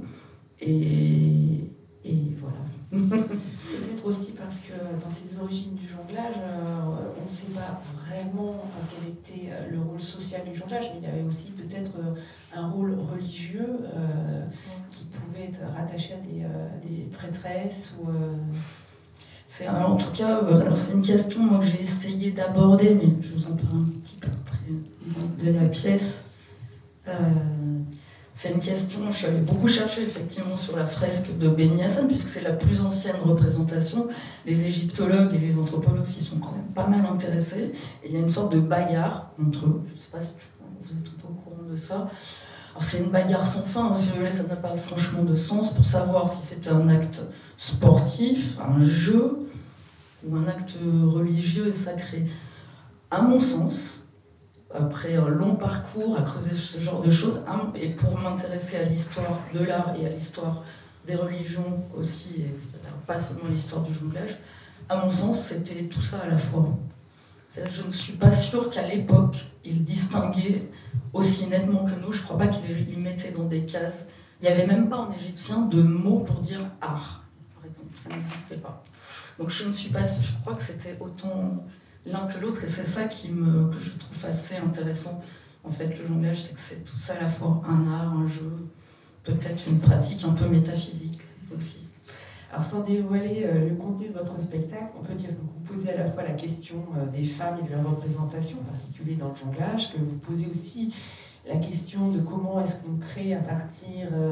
Et, et voilà. Peut-être aussi parce que dans ces origines du jonglage, euh, on ne sait pas vraiment quel était le rôle social du jonglage, mais il y avait aussi peut-être un rôle religieux euh, qui pouvait être rattaché à des, euh, des prêtresses ou... Euh... C'est, alors en tout cas, alors c'est une question moi, que j'ai essayé d'aborder, mais je vous en parle un petit peu après de la pièce. Euh, c'est une question, je suis allée beaucoup chercher effectivement sur la fresque de Beni Hassen, puisque c'est la plus ancienne représentation. Les égyptologues et les anthropologues s'y sont quand même pas mal intéressés. Et il y a une sorte de bagarre entre eux. Je ne sais pas si vous êtes tout au courant de ça. Alors c'est une bagarre sans fin, si vous voulez, ça n'a pas franchement de sens pour savoir si c'était un acte sportif, un jeu, ou un acte religieux et sacré. À mon sens, après un long parcours à creuser ce genre de choses, et pour m'intéresser à l'histoire de l'art et à l'histoire des religions aussi, c'est-à-dire pas seulement l'histoire du jonglage, à mon sens, c'était tout ça à la fois. C'est-à-dire que je ne suis pas sûre qu'à l'époque, ils distinguaient aussi nettement que nous. Je ne crois pas qu'ils mettaient dans des cases. Il n'y avait même pas en égyptien de mots pour dire art, par exemple. Ça n'existait pas. Donc je ne suis pas sûre. Je crois que c'était autant l'un que l'autre. Et c'est ça qui me, que je trouve assez intéressant. En fait, le jonglage, c'est que c'est tout ça à la fois un art, un jeu, peut-être une pratique un peu métaphysique aussi. Alors sans dévoiler euh, le contenu de votre spectacle, on peut dire que vous posez à la fois la question euh, des femmes et de leur représentation, en particulier dans le jonglage, que vous posez aussi la question de comment est-ce qu'on crée à partir euh,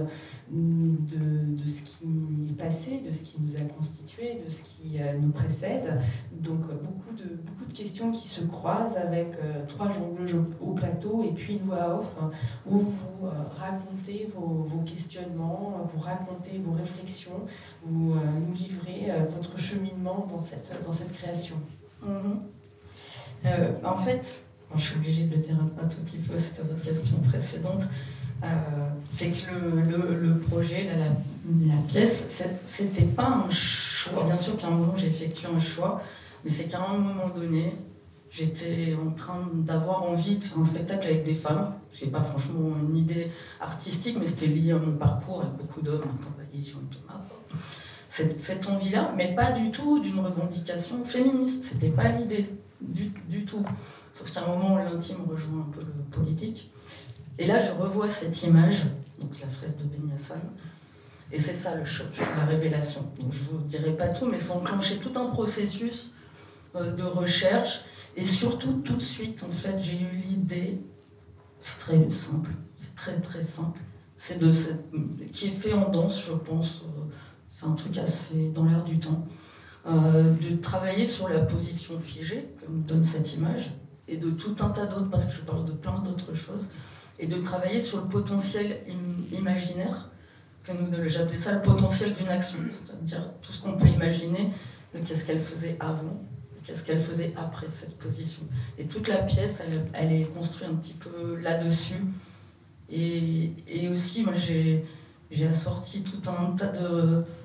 de, de ce qui est passé, de ce qui nous a constitué, de ce qui euh, nous précède. Donc beaucoup de, beaucoup de questions qui se croisent avec euh, trois jongleuses au, au plateau et puis une voix off hein, où vous euh, racontez vos, vos questionnements, vous racontez vos réflexions, vous euh, nous livrez euh, votre cheminement dans cette, dans cette création. Mmh. Euh, en fait, je suis obligée de le dire un tout petit peu, c'était votre question précédente, euh, c'est que le, le, le projet, la, la, la pièce, c'était pas un choix. Bien sûr qu'à un moment j'ai effectué un choix, mais c'est qu'à un moment donné, j'étais en train d'avoir envie de faire un spectacle avec des femmes. Je n'ai pas franchement une idée artistique, mais c'était lié à mon parcours avec beaucoup d'hommes, Martin Vallis, Jean Thomas. Cette, cette envie-là, mais pas du tout d'une revendication féministe. C'était pas l'idée, du, du tout. Sauf qu'à un moment, l'intime rejoint un peu le politique. Et là, je revois cette image, donc la fresque de Beni Hassen, et c'est ça le choc, la révélation. Donc, je ne vous dirai pas tout, mais ça enclenchait tout un processus euh, de recherche. Et surtout, tout de suite, en fait, j'ai eu l'idée, c'est très simple, c'est très très simple, c'est de cette, qui est fait en danse, je pense, euh, c'est un truc assez dans l'air du temps, euh, de travailler sur la position figée que nous donne cette image, et de tout un tas d'autres, parce que je parle de plein d'autres choses, et de travailler sur le potentiel im- imaginaire, que nous, j'appelle ça le potentiel d'une action, c'est-à-dire tout ce qu'on peut imaginer, de qu'est-ce qu'elle faisait avant, qu'est-ce qu'elle faisait après cette position. Et toute la pièce, elle, elle est construite un petit peu là-dessus. Et, et aussi, moi, j'ai, j'ai assorti tout un tas de,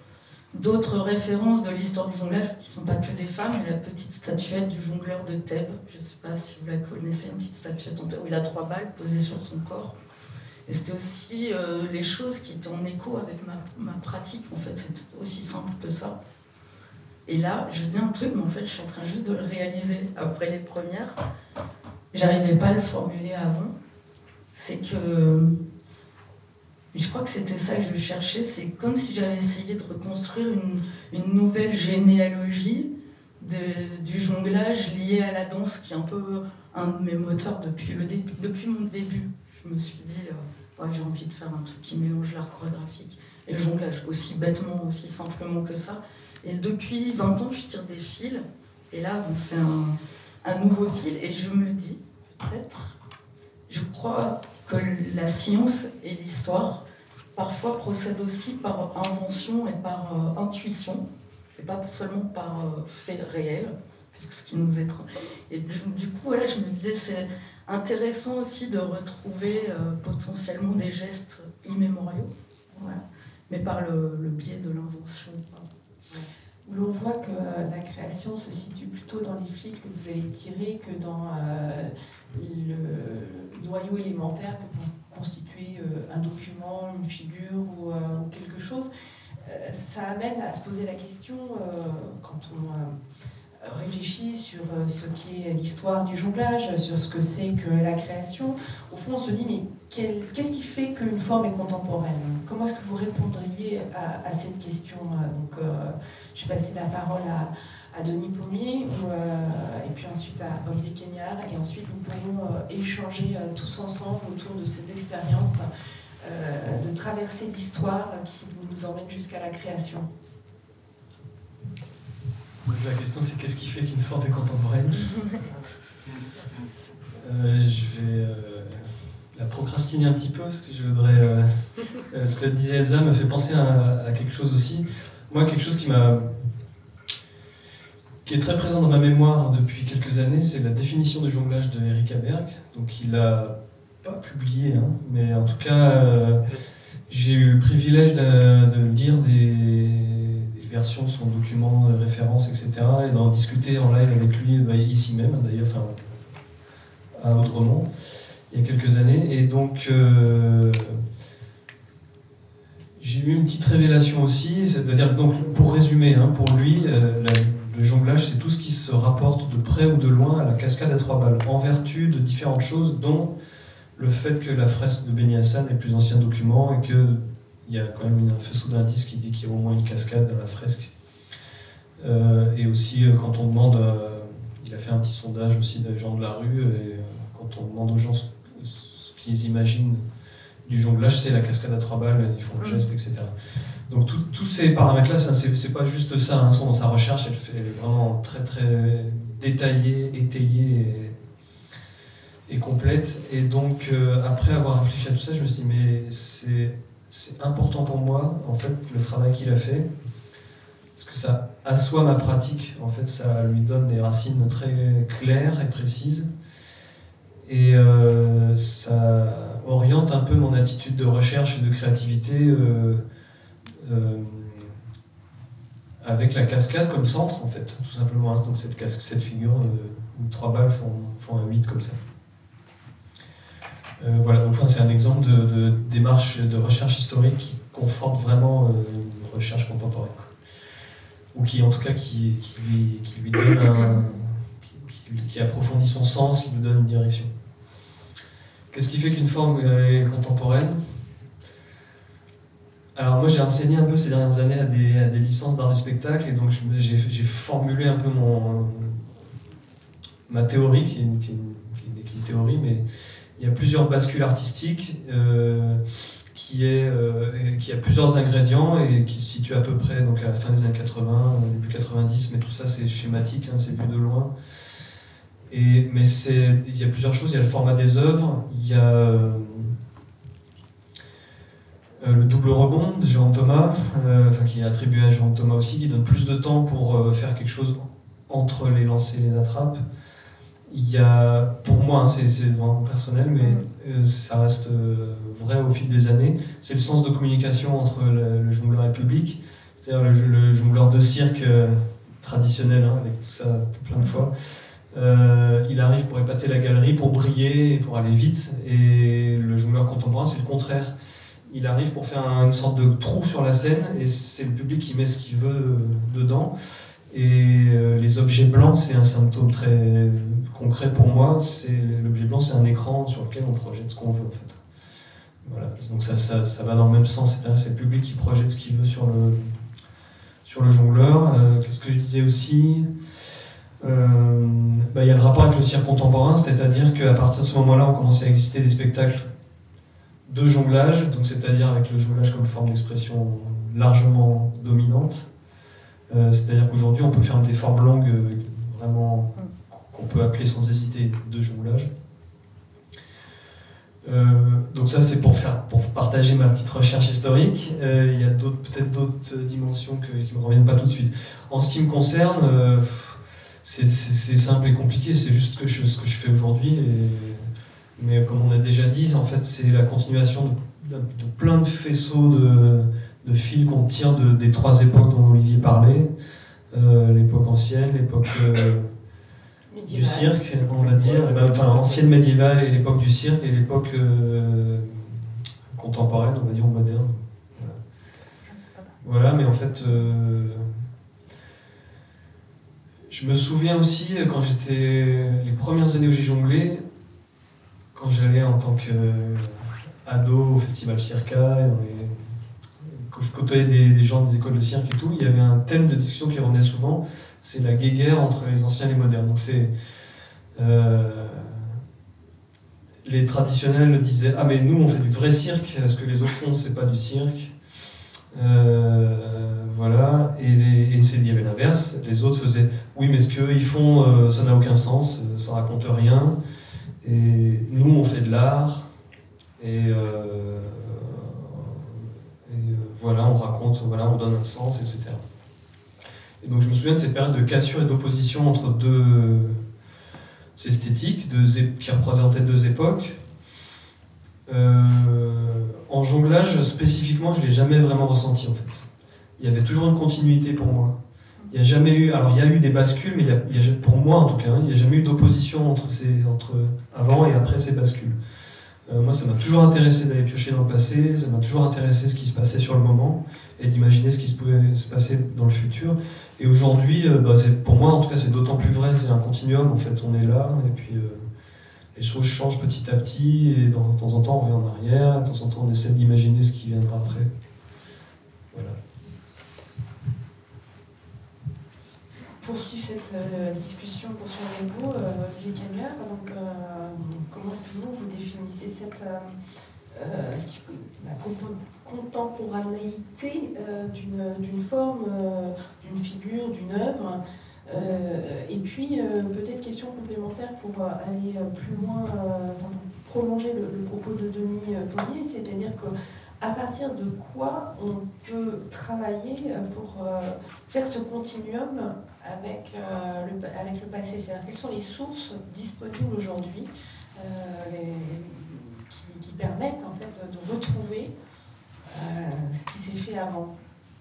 d'autres références de l'histoire du jonglage qui ne sont pas que des femmes. Il y a la petite statuette du jongleur de Thèbes, je ne sais pas si vous la connaissez, une petite statuette où il a trois balles posées sur son corps. Et c'était aussi euh, les choses qui étaient en écho avec ma, ma pratique, en fait, c'est aussi simple que ça. Et là, je dis un truc, mais en fait, je suis en train juste de le réaliser après les premières. J'arrivais pas à le formuler avant. C'est que... Je crois que c'était ça que je cherchais, c'est comme si j'avais essayé de reconstruire une, une nouvelle généalogie de, du jonglage lié à la danse, qui est un peu un de mes moteurs depuis, le début, depuis mon début. Je me suis dit, euh, ouais, j'ai envie de faire un truc qui mélange l'art chorégraphique et le jonglage, aussi bêtement, aussi simplement que ça. Et depuis vingt ans, je tire des fils, et là, bon, c'est un, un nouveau fil, et je me dis, peut-être, je crois que la science et l'histoire, parfois, procèdent aussi par invention et par euh, intuition, et pas seulement par euh, fait réel, puisque ce qui nous est... Et du, du coup, voilà, je me disais, c'est intéressant aussi de retrouver euh, potentiellement des gestes immémoriaux, voilà, mais par le, le biais de l'invention. Où l'on voit que la création se situe plutôt dans les fils que vous allez tirer que dans euh, le noyau élémentaire que vous constituez euh, un document, une figure ou, euh, ou quelque chose. Euh, ça amène à se poser la question, euh, quand on euh, réfléchit sur euh, ce qu'est l'histoire du jonglage, sur ce que c'est que la création, au fond on se dit mais quel, qu'est-ce qui fait qu'une forme est contemporaine ? Comment est-ce que vous répondriez à, à cette question ? Donc, euh, je vais passer la parole à, à Denis Pommier, ou, euh, et puis ensuite à Olivier Cagnard, et ensuite nous pourrons euh, échanger euh, tous ensemble autour de cette expérience euh, de traverser l'histoire qui nous emmène jusqu'à la création. La question, c'est qu'est-ce qui fait qu'une forme est contemporaine ? euh, Je vais euh, la procrastiner un petit peu, parce que je voudrais... Euh, euh, ce que disait Elsa me fait penser à, à quelque chose aussi. Moi, quelque chose qui m'a... qui est très présent dans ma mémoire depuis quelques années, c'est la définition du jonglage de Eric Haberg. Donc il l'a pas publié, hein, mais en tout cas, euh, j'ai eu le privilège de, de lire des... version de son document de référence, et cetera, et d'en discuter en live avec lui, bah, ici même, d'ailleurs, enfin, à Audremont, il y a quelques années. Et donc, euh, j'ai eu une petite révélation aussi, c'est-à-dire, donc, pour résumer, hein, pour lui, euh, la, le jonglage, c'est tout ce qui se rapporte de près ou de loin à la cascade à trois balles, en vertu de différentes choses, dont le fait que la fresque de Beni Hassan est le plus ancien document, et que il y a quand même un faisceau d'indices qui dit qu'il y a au moins une cascade dans la fresque. Euh, et aussi, quand on demande, euh, il a fait un petit sondage aussi des gens de la rue, et euh, quand on demande aux gens ce, ce qu'ils imaginent du jonglage, c'est la cascade à trois balles, ils font le geste, et cetera. Donc tout, tous ces paramètres-là, c'est, c'est pas juste ça, hein, son, sa recherche, elle, fait, elle est vraiment très très détaillée, étayée et, et complète. Et donc, euh, après avoir réfléchi à tout ça, je me suis dit, mais c'est... c'est important pour moi, en fait, le travail qu'il a fait, parce que ça assoit ma pratique, en fait, ça lui donne des racines très claires et précises, et euh, ça oriente un peu mon attitude de recherche et de créativité euh, euh, avec la cascade comme centre, en fait, tout simplement. Donc cette, casque, cette figure euh, où trois balles font, font un huit comme ça. Euh, voilà, donc enfin, c'est un exemple de, de démarche de recherche historique qui conforte vraiment euh, une recherche contemporaine, quoi. Ou qui, en tout cas, qui, qui, lui, qui lui donne un... Qui, qui, qui approfondit son sens, qui lui donne une direction. Qu'est-ce qui fait qu'une forme est contemporaine ? Alors moi, j'ai enseigné un peu ces dernières années à des, à des licences d'art du spectacle, et donc je, j'ai, j'ai formulé un peu mon, ma théorie, qui est, une, qui, est une, qui est une théorie, mais il y a plusieurs bascules artistiques, euh, qui, est, euh, qui a plusieurs ingrédients et qui se situent à peu près donc à la fin des années quatre-vingts, début quatre-vingt-dix, mais tout ça c'est schématique, hein, c'est vu de loin. Et, mais c'est, il y a plusieurs choses, il y a le format des œuvres, il y a euh, le double rebond de Jérôme Thomas, euh, enfin, qui est attribué à Jérôme Thomas aussi, qui donne plus de temps pour euh, faire quelque chose entre les lancers et les attrapes. Il y a, pour moi, hein, c'est, c'est vraiment personnel, mais euh, ça reste euh, vrai au fil des années, c'est le sens de communication entre le, le jongleur et le public. c'est-à-dire le, le jongleur de cirque euh, traditionnel, hein, avec tout ça plein de fois. Euh, il arrive pour épater la galerie, pour briller, et pour aller vite. Et le jongleur contemporain, c'est le contraire. Il arrive pour faire un, une sorte de trou sur la scène, et c'est le public qui met ce qu'il veut euh, dedans. Et euh, les objets blancs, c'est un symptôme très concret pour moi. C'est, l'objet blanc, c'est un écran sur lequel on projette ce qu'on veut, en fait. Voilà. Donc ça, ça, ça va dans le même sens. C'est, c'est le public qui projette ce qu'il veut sur le, sur le jongleur. Euh, qu'est-ce que je disais aussi ? Euh, bah, y a le rapport avec le cirque contemporain, c'est-à-dire qu'à partir de ce moment-là, on commençait à exister des spectacles de jonglage, donc c'est-à-dire avec le jonglage comme forme d'expression largement dominante. Euh, c'est-à-dire qu'aujourd'hui, on peut faire des formes longues, euh, vraiment, qu'on peut appeler sans hésiter de jonglage. Euh, donc ça, c'est pour, faire, pour partager ma petite recherche historique. Il euh, y a d'autres, peut-être d'autres dimensions que, qui ne me reviennent pas tout de suite. En ce qui me concerne, euh, c'est, c'est, c'est simple et compliqué, c'est juste ce que je, ce que je fais aujourd'hui. Et, mais comme on a déjà dit, en fait, c'est la continuation de, de, de plein de faisceaux de, de fils qu'on tire de, des trois époques dont Olivier parlait. Euh, l'époque ancienne, l'époque euh, du cirque, on va dire, ouais. ben, enfin ancienne médiévale et l'époque du cirque et l'époque euh, contemporaine, on va dire, ou moderne. Voilà, voilà, mais en fait, euh, je me souviens aussi, quand j'étais, les premières années où j'ai jonglé, quand j'allais en tant qu'ado au festival Circa, et dans les, quand je côtoyais des, des gens des écoles de cirque et tout, il y avait un thème de discussion qui revenait souvent, c'est la guéguerre entre les anciens et les modernes. Donc c'est euh, les traditionnels disaient ah mais nous on fait du vrai cirque, ce que les autres font c'est pas du cirque. Euh, voilà, et, les, et c'est, il y avait l'inverse, les autres faisaient oui mais ce qu'ils font euh, ça n'a aucun sens, ça raconte rien. Et nous on fait de l'art et, euh, et euh, voilà on raconte, voilà on donne un sens, et cetera. Et donc je me souviens de cette période de cassure et d'opposition entre deux esthétiques deux, qui représentaient deux époques. Euh, en jonglage, spécifiquement, je ne l'ai jamais vraiment ressenti en fait. Il y avait toujours une continuité pour moi. Il n'y a jamais eu, alors il y a eu des bascules, mais il y a, il y a, pour moi en tout cas, il n'y a jamais eu d'opposition entre, ces, entre avant et après ces bascules. Euh, moi, ça m'a toujours intéressé d'aller piocher dans le passé, ça m'a toujours intéressé ce qui se passait sur le moment et d'imaginer ce qui se pouvait se passer dans le futur. Et aujourd'hui, euh, bah, c'est, pour moi, en tout cas, c'est d'autant plus vrai, c'est un continuum, en fait, on est là, et puis euh, les choses changent petit à petit, et dans, de temps en temps, on revient en arrière, de temps en temps, on essaie d'imaginer ce qui viendra après. Voilà. Poursuivre cette euh, discussion, poursuivre avec vous, euh, Olivier Cagnard. Donc, euh, comment est-ce que vous, vous définissez cette, euh, euh, ce qui, la contemporanéité euh, d'une, d'une forme, euh, d'une figure, d'une œuvre euh, et puis, euh, peut-être question complémentaire pour euh, aller plus loin, euh, enfin, pour prolonger le, le propos de Denis Pommier, c'est-à-dire que à partir de quoi on peut travailler pour euh, faire ce continuum avec, euh, le, avec le passé. C'est-à-dire quelles sont les sources disponibles aujourd'hui euh, les, qui, qui permettent en fait de retrouver euh, ce qui s'est fait avant.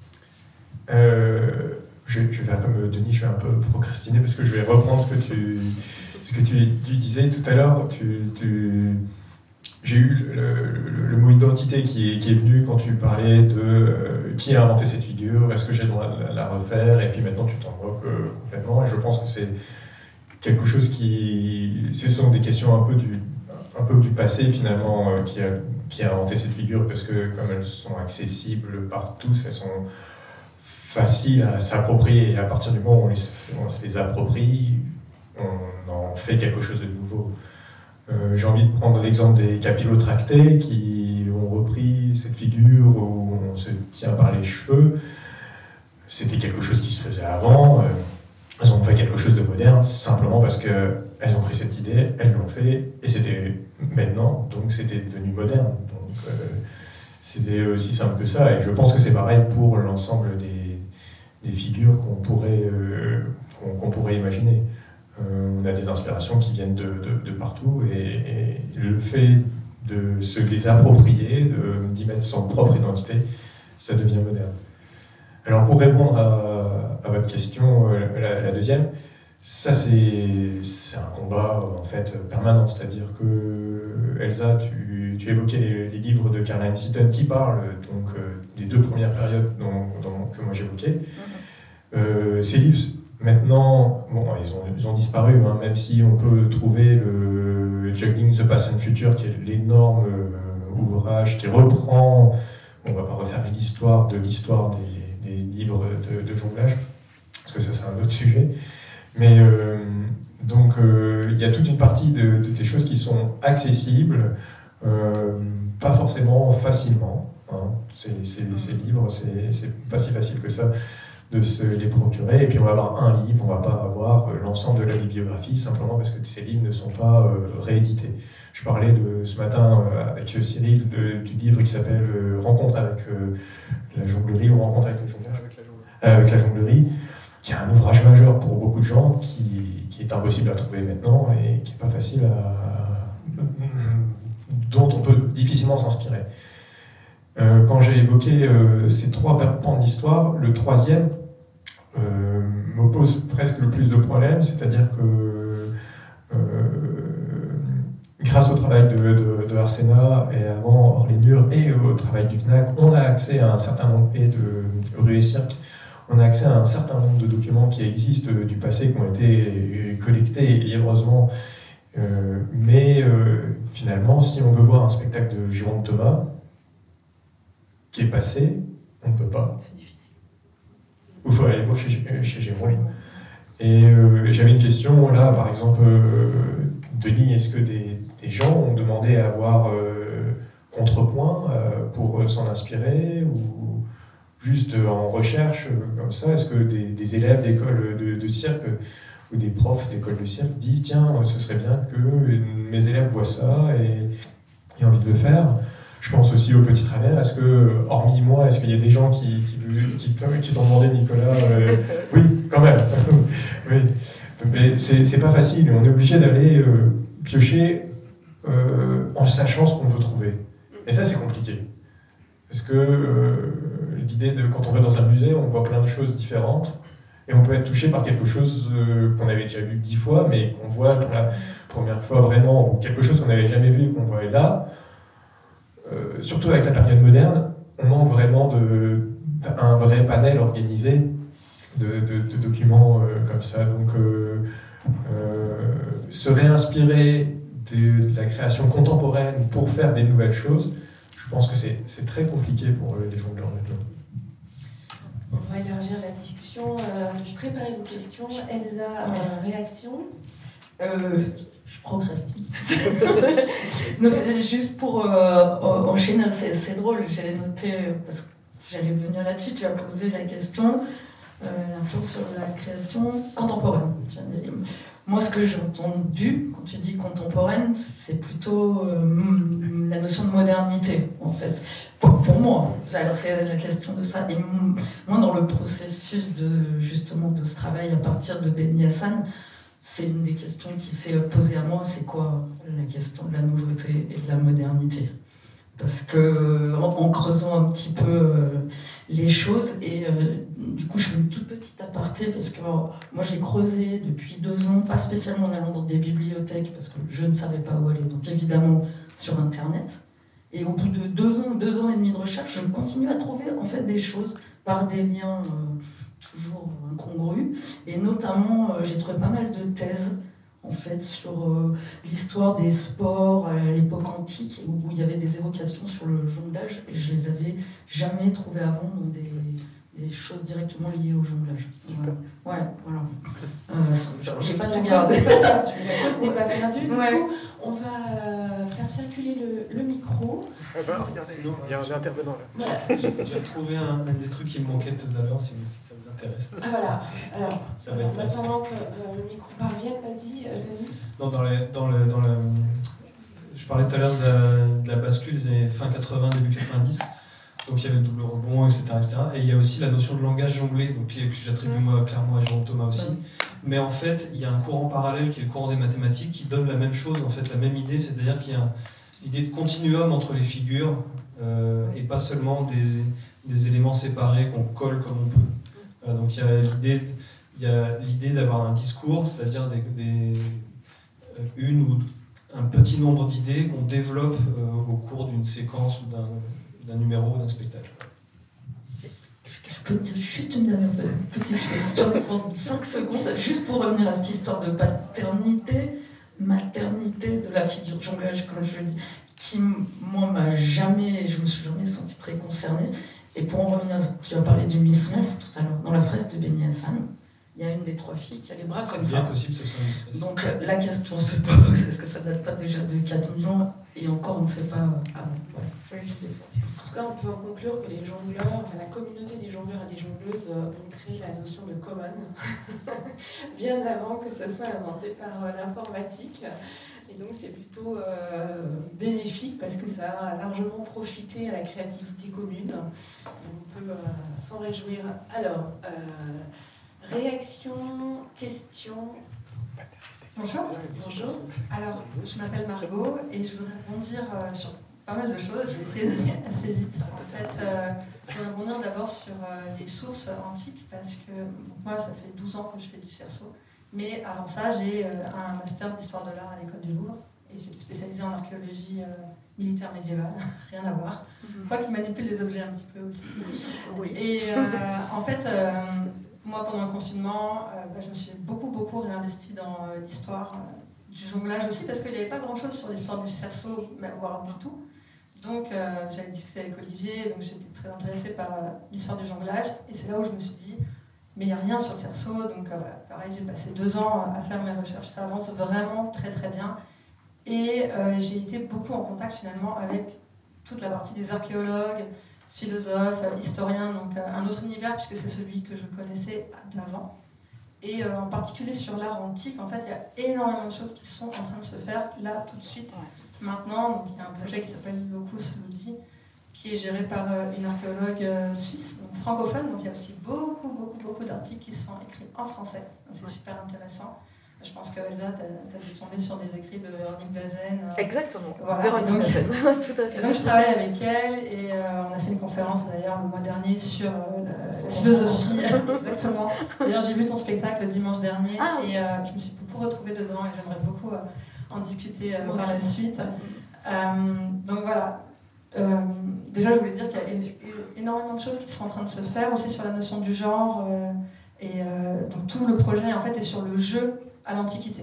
Euh, je, je vais faire comme Denis, je vais un peu procrastiner parce que je vais reprendre ce que tu, ce que tu, tu disais tout à l'heure. Tu, tu, j'ai eu le, le, le mot identité qui est, qui est venu quand tu parlais de euh, qui a inventé cette figure, est-ce que j'ai le droit de la, la refaire, et puis maintenant tu t'en moques euh, complètement, et je pense que c'est quelque chose qui... Ce sont des questions un peu du, un peu du passé finalement euh, qui, a, qui a inventé cette figure, parce que comme elles sont accessibles par tous, elles sont faciles à s'approprier, et à partir du moment où on, les, on se les approprie, on en fait quelque chose de nouveau. Euh, j'ai envie de prendre l'exemple des capillotractés qui ont repris cette figure où on se tient par les cheveux. C'était quelque chose qui se faisait avant. Euh, elles ont fait quelque chose de moderne simplement parce qu'elles ont pris cette idée, elles l'ont fait, et c'était maintenant, donc c'était devenu moderne. Donc euh, c'était aussi simple que ça, et je pense que c'est pareil pour l'ensemble des, des figures qu'on pourrait, euh, qu'on, qu'on pourrait imaginer. Euh, on a des inspirations qui viennent de, de, de partout, et, et le fait de se les approprier, de, d'y mettre son propre identité, ça devient moderne. Alors pour répondre à, à votre question, la, la deuxième, ça c'est un combat en fait permanent, c'est-à-dire que Elsa, tu, tu évoquais les, les livres de Caroline Seaton qui parlent donc des deux premières périodes dont, dont, que moi j'évoquais. Euh, ces livres maintenant, bon, ils ont, ils ont disparu, hein, même si on peut trouver le Juggling the Past and Future, qui est l'énorme euh, ouvrage qui reprend, on ne va pas refaire l'histoire de l'histoire des, des livres de, de jonglage, parce que ça c'est un autre sujet. Mais euh, donc euh, il y a toute une partie de, de des choses qui sont accessibles, euh, pas forcément facilement. Hein. Ces, ces, ces livres, c'est pas si facile que ça de se les procurer. Et puis on va avoir un livre, on va pas avoir l'ensemble de la bibliographie, simplement parce que ces livres ne sont pas euh, réédités. Je parlais de, ce matin euh, avec Cyril de, du livre qui s'appelle euh, Rencontre avec euh, la jonglerie ou Rencontre avec le jonglage, avec la jonglerie. Euh, avec la jonglerie, qui est un ouvrage majeur pour beaucoup de gens, qui, qui est impossible à trouver maintenant et qui n'est pas facile à, dont on peut difficilement s'inspirer. Euh, quand j'ai évoqué euh, ces trois pans de l'histoire, le troisième euh, me pose presque le plus de problèmes, c'est-à-dire que euh, grâce au travail de, de, de Arsena et avant Orlénure et au travail du C N A C, on a accès à un certain nombre, et de Rue et Cirque, on a accès à un certain nombre de documents qui existent du passé, qui ont été collectés, et heureusement. Euh, mais euh, finalement, si on veut voir un spectacle de Jérôme Thomas qui est passé, on ne peut pas. Il faut aller voir chez, chez Jérôme. Et euh, j'avais une question, là, par exemple, euh, Denis, est-ce que des, des gens ont demandé à avoir euh, contrepoint euh, pour euh, s'en inspirer, ou juste euh, en recherche, euh, comme ça? Est-ce que des, des élèves d'école de, de cirque ou des profs d'école de cirque disent « Tiens, ce serait bien que mes élèves voient ça et aient envie de le faire ». Je pense aussi au Petit Travers. Est-ce que, hormis moi, est-ce qu'il y a des gens qui, qui, qui, qui t'ont demandé, Nicolas euh, oui, quand même. Oui. Mais c'est pas facile. On est obligé d'aller euh, piocher euh, en sachant ce qu'on veut trouver. Et ça, c'est compliqué. Parce que euh, l'idée de, quand on va dans un musée, on voit plein de choses différentes. Et on peut être touché par quelque chose euh, qu'on avait déjà vu dix fois, mais qu'on voit pour la première fois vraiment, ou quelque chose qu'on n'avait jamais vu et qu'on voit là. Euh, surtout avec la période moderne, on manque vraiment de, d'un vrai panel organisé de, de, de documents euh, comme ça. Donc, euh, euh, se réinspirer de, de la création contemporaine pour faire des nouvelles choses, je pense que c'est très compliqué pour les jongleurs maintenant. On va élargir la discussion. Euh, je préparais vos questions. Elsa, euh, réaction euh, Je procrastine. Non, c'est juste pour euh, enchaîner, c'est drôle, j'allais noter, parce que j'allais venir là-dessus, tu as posé la question, euh, l'influence sur la création contemporaine. Moi, ce que j'ai entendu, quand tu dis contemporaine, c'est plutôt euh, la notion de modernité, en fait. Pour, pour moi, c'est la question de ça. Et moi, dans le processus de, justement, de ce travail à partir de Benny Hassan, c'est une des questions qui s'est posée à moi, c'est quoi la question de la nouveauté et de la modernité? Parce que, en, en creusant un petit peu euh, les choses, et euh, du coup je fais une toute petite aparté, parce que alors, moi j'ai creusé depuis deux ans, pas spécialement en allant dans des bibliothèques, parce que je ne savais pas où aller, donc évidemment sur Internet. Et au bout de deux ans, deux ans et demi de recherche, je continue à trouver en fait des choses par des liens euh, toujours incongrus, et notamment euh, j'ai trouvé pas mal de thèses en fait, sur euh, l'histoire des sports à l'époque antique, où il y avait des évocations sur le jonglage, et je les avais jamais trouvées avant dans des, des choses directement liées au jonglage. Voilà. Ouais, voilà. Euh, J'ai pas tout gardé. La cause n'est pas perdue. Du ouais. coup, on va euh, faire circuler le, le micro. Eh ben, regardez, il y a un intervenant là. Voilà. J'ai trouvé un, un des trucs qui me manquait tout à l'heure, si, si ça vous intéresse. Ah voilà. Alors, Ça va alors être en attendant que euh, le micro parvienne, vas-y, euh, Denis. Non, dans, les, dans, le, dans la... Je parlais tout à l'heure de la, de la bascule des années fin quatre-vingts, début quatre-vingt-dix. Donc il y avait le double rebond, et cetera, et cetera. Et il y a aussi la notion de langage jonglé, donc, que j'attribue moi clairement à Jérôme Thomas aussi. Mais en fait, il y a un courant parallèle qui est le courant des mathématiques qui donne la même chose, en fait, la même idée, c'est-à-dire qu'il y a, l'idée de continuum entre les figures euh, et pas seulement des, des éléments séparés qu'on colle comme on peut. Voilà, donc il y a l'idée, il y a l'idée d'avoir un discours, c'est-à-dire des, des, une ou un petit nombre d'idées qu'on développe euh, au cours d'une séquence ou d'un, d'un numéro ou d'un spectacle. Je peux te dire juste une dernière petite chose. J'en ai pour cinq secondes, juste pour revenir à cette histoire de paternité, maternité de la figure jonglage, comme je le dis, qui, moi, m'a jamais, je me suis jamais sentie très concernée. Et pour en revenir, tu as parlé du Miss Metz tout à l'heure, dans la fresque de Beni Hassane, il y a une des trois filles qui a les bras C'est comme bien ça. possible que ce soit une espèce. Donc la question se pose, est-ce que ça date pas déjà de quatre millions? Et encore, on ne sait pas avant. Voilà. Je voulais juste dire ça. En tout cas, on peut en conclure que les jongleurs, enfin, la communauté des jongleurs et des jongleuses euh, ont créé la notion de common bien avant que ce soit inventé par euh, l'informatique. Et donc c'est plutôt euh, bénéfique parce que ça a largement profité à la créativité commune. Et on peut euh, s'en réjouir. Alors, euh, réaction, question. Bonjour. Bonjour. Alors, je m'appelle Margot et je voudrais rebondir euh, sur pas mal de choses. Je vais essayer d'aller assez vite. En fait, euh, je voudrais rebondir d'abord sur euh, les sources antiques parce que bon, moi, ça fait douze ans que je fais du cerceau. Mais avant ça, j'ai euh, un master d'histoire de l'art à l'école du Louvre et j'étais spécialisée en archéologie euh, militaire médiévale, rien à voir. Je crois qu'ils manipulent les objets un petit peu aussi. Oui. Et euh, en fait, euh, moi, pendant le confinement, euh, bah, je me suis beaucoup, beaucoup réinvestie dans euh, l'histoire euh, du jonglage aussi, parce qu'il n'y avait pas grand-chose sur l'histoire du cerceau, voire du tout. Donc, euh, j'avais discuté avec Olivier, donc j'étais très intéressée par euh, l'histoire du jonglage. Et c'est là où je me suis dit, mais il n'y a rien sur le cerceau. Donc, euh, voilà, pareil, j'ai passé deux ans à faire mes recherches. Ça avance vraiment très, très bien. Et euh, j'ai été beaucoup en contact, finalement, avec toute la partie des archéologues, philosophe, historien, donc euh, un autre univers puisque c'est celui que je connaissais d'avant. Et euh, en particulier sur l'art antique, en fait, il y a énormément de choses qui sont en train de se faire là, tout de suite, maintenant. Donc, il y a un projet qui s'appelle Locus Ludi, qui est géré par euh, une archéologue euh, suisse, donc francophone. Donc, il y a aussi beaucoup, beaucoup, beaucoup d'articles qui sont écrits en français. C'est ouais. super intéressant. Je pense que Elsa, tu as dû tomber sur des écrits de Véronique Dazen. Euh, Exactement, voilà. Véronique Dazen, tout à fait. Et donc je travaille avec elle et euh, on a fait une conférence d'ailleurs le mois dernier sur euh, la, la philosophie. Exactement. D'ailleurs j'ai vu ton spectacle le dimanche dernier ah, et euh, je me suis beaucoup retrouvée dedans et j'aimerais beaucoup euh, en discuter euh, par la suite. Euh, donc voilà. Euh, déjà je voulais dire qu'il y a énormément de choses qui sont en train de se faire aussi sur la notion du genre euh, et euh, donc tout le projet en fait est sur le jeu à l'Antiquité.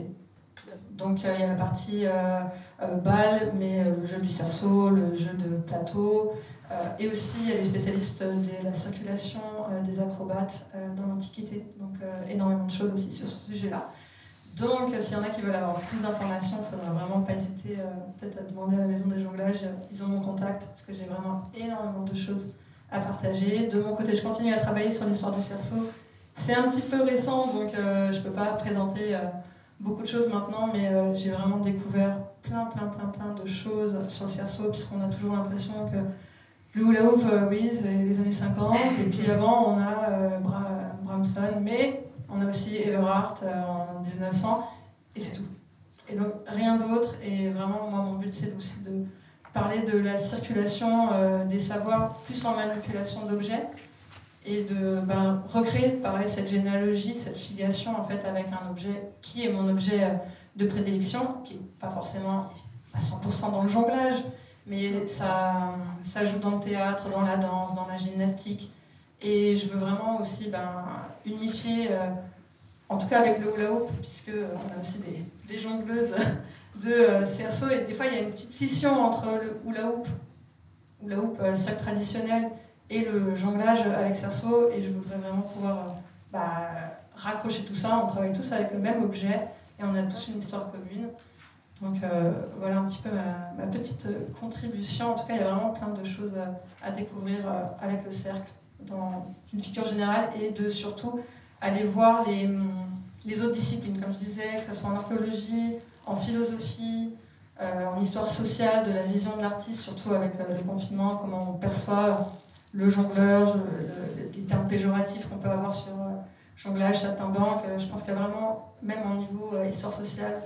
Donc il euh, y a la partie euh, euh, bal, mais euh, le jeu du cerceau, le jeu de plateau, euh, et aussi il y a les spécialistes de la circulation euh, des acrobates euh, dans l'Antiquité. Donc euh, énormément de choses aussi sur ce sujet-là. Donc euh, s'il y en a qui veulent avoir plus d'informations, il ne faudra vraiment pas hésiter euh, peut-être à demander à la Maison des Jonglages. Ils ont mon contact parce que j'ai vraiment énormément de choses à partager. De mon côté, je continue à travailler sur l'histoire du cerceau. C'est un petit peu récent, donc euh, je ne peux pas présenter euh, beaucoup de choses maintenant, mais euh, j'ai vraiment découvert plein, plein, plein, plein de choses sur le cerceau, puisqu'on a toujours l'impression que le hula hoop, euh, oui, c'est les années cinquante, et puis avant, on a euh, Bra Bramson, mais on a aussi Everhart euh, en dix-neuf cents, et c'est tout. Et donc, rien d'autre, et vraiment, moi, mon but, c'est aussi de parler de la circulation euh, des savoirs, plus en manipulation d'objets, et de ben, recréer pareil, cette généalogie, cette filiation en fait, avec un objet qui est mon objet de prédilection, qui n'est pas forcément à cent pour cent dans le jonglage, mais ça, ça joue dans le théâtre, dans la danse, dans la gymnastique. Et je veux vraiment aussi ben, unifier, euh, en tout cas avec le hula hoop, puisqu'on a aussi des, des jongleuses de euh, cerceau, et des fois il y a une petite scission entre le hula hoop, hula hoop euh, cercle traditionnel, et le jonglage avec cerceau, et je voudrais vraiment pouvoir bah, raccrocher tout ça. On travaille tous avec le même objet et on a tous une histoire commune. Donc euh, voilà un petit peu ma, ma petite contribution. En tout cas, il y a vraiment plein de choses à, à découvrir euh, avec le cercle dans une figure générale, et de surtout aller voir les, les autres disciplines, comme je disais, que ce soit en archéologie, en philosophie, euh, en histoire sociale, de la vision de l'artiste, surtout avec euh, le confinement, comment on perçoit le jongleur, le, le, les termes péjoratifs qu'on peut avoir sur euh, jonglage, saltimbanque. Euh, je pense qu'il y a vraiment, même au niveau euh, histoire sociale,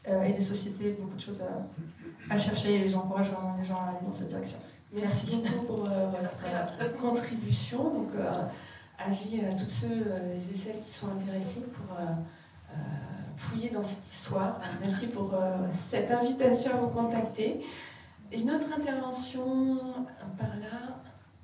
euh, et des sociétés, beaucoup de choses à, à chercher, et j'encourage vraiment les gens à aller dans cette direction. Merci, Merci beaucoup pour euh, votre euh, contribution. Donc, euh, avis à tous ceux euh, et celles qui sont intéressés pour euh, euh, fouiller dans cette histoire. Merci pour euh, cette invitation à vous contacter. Et une autre intervention par là.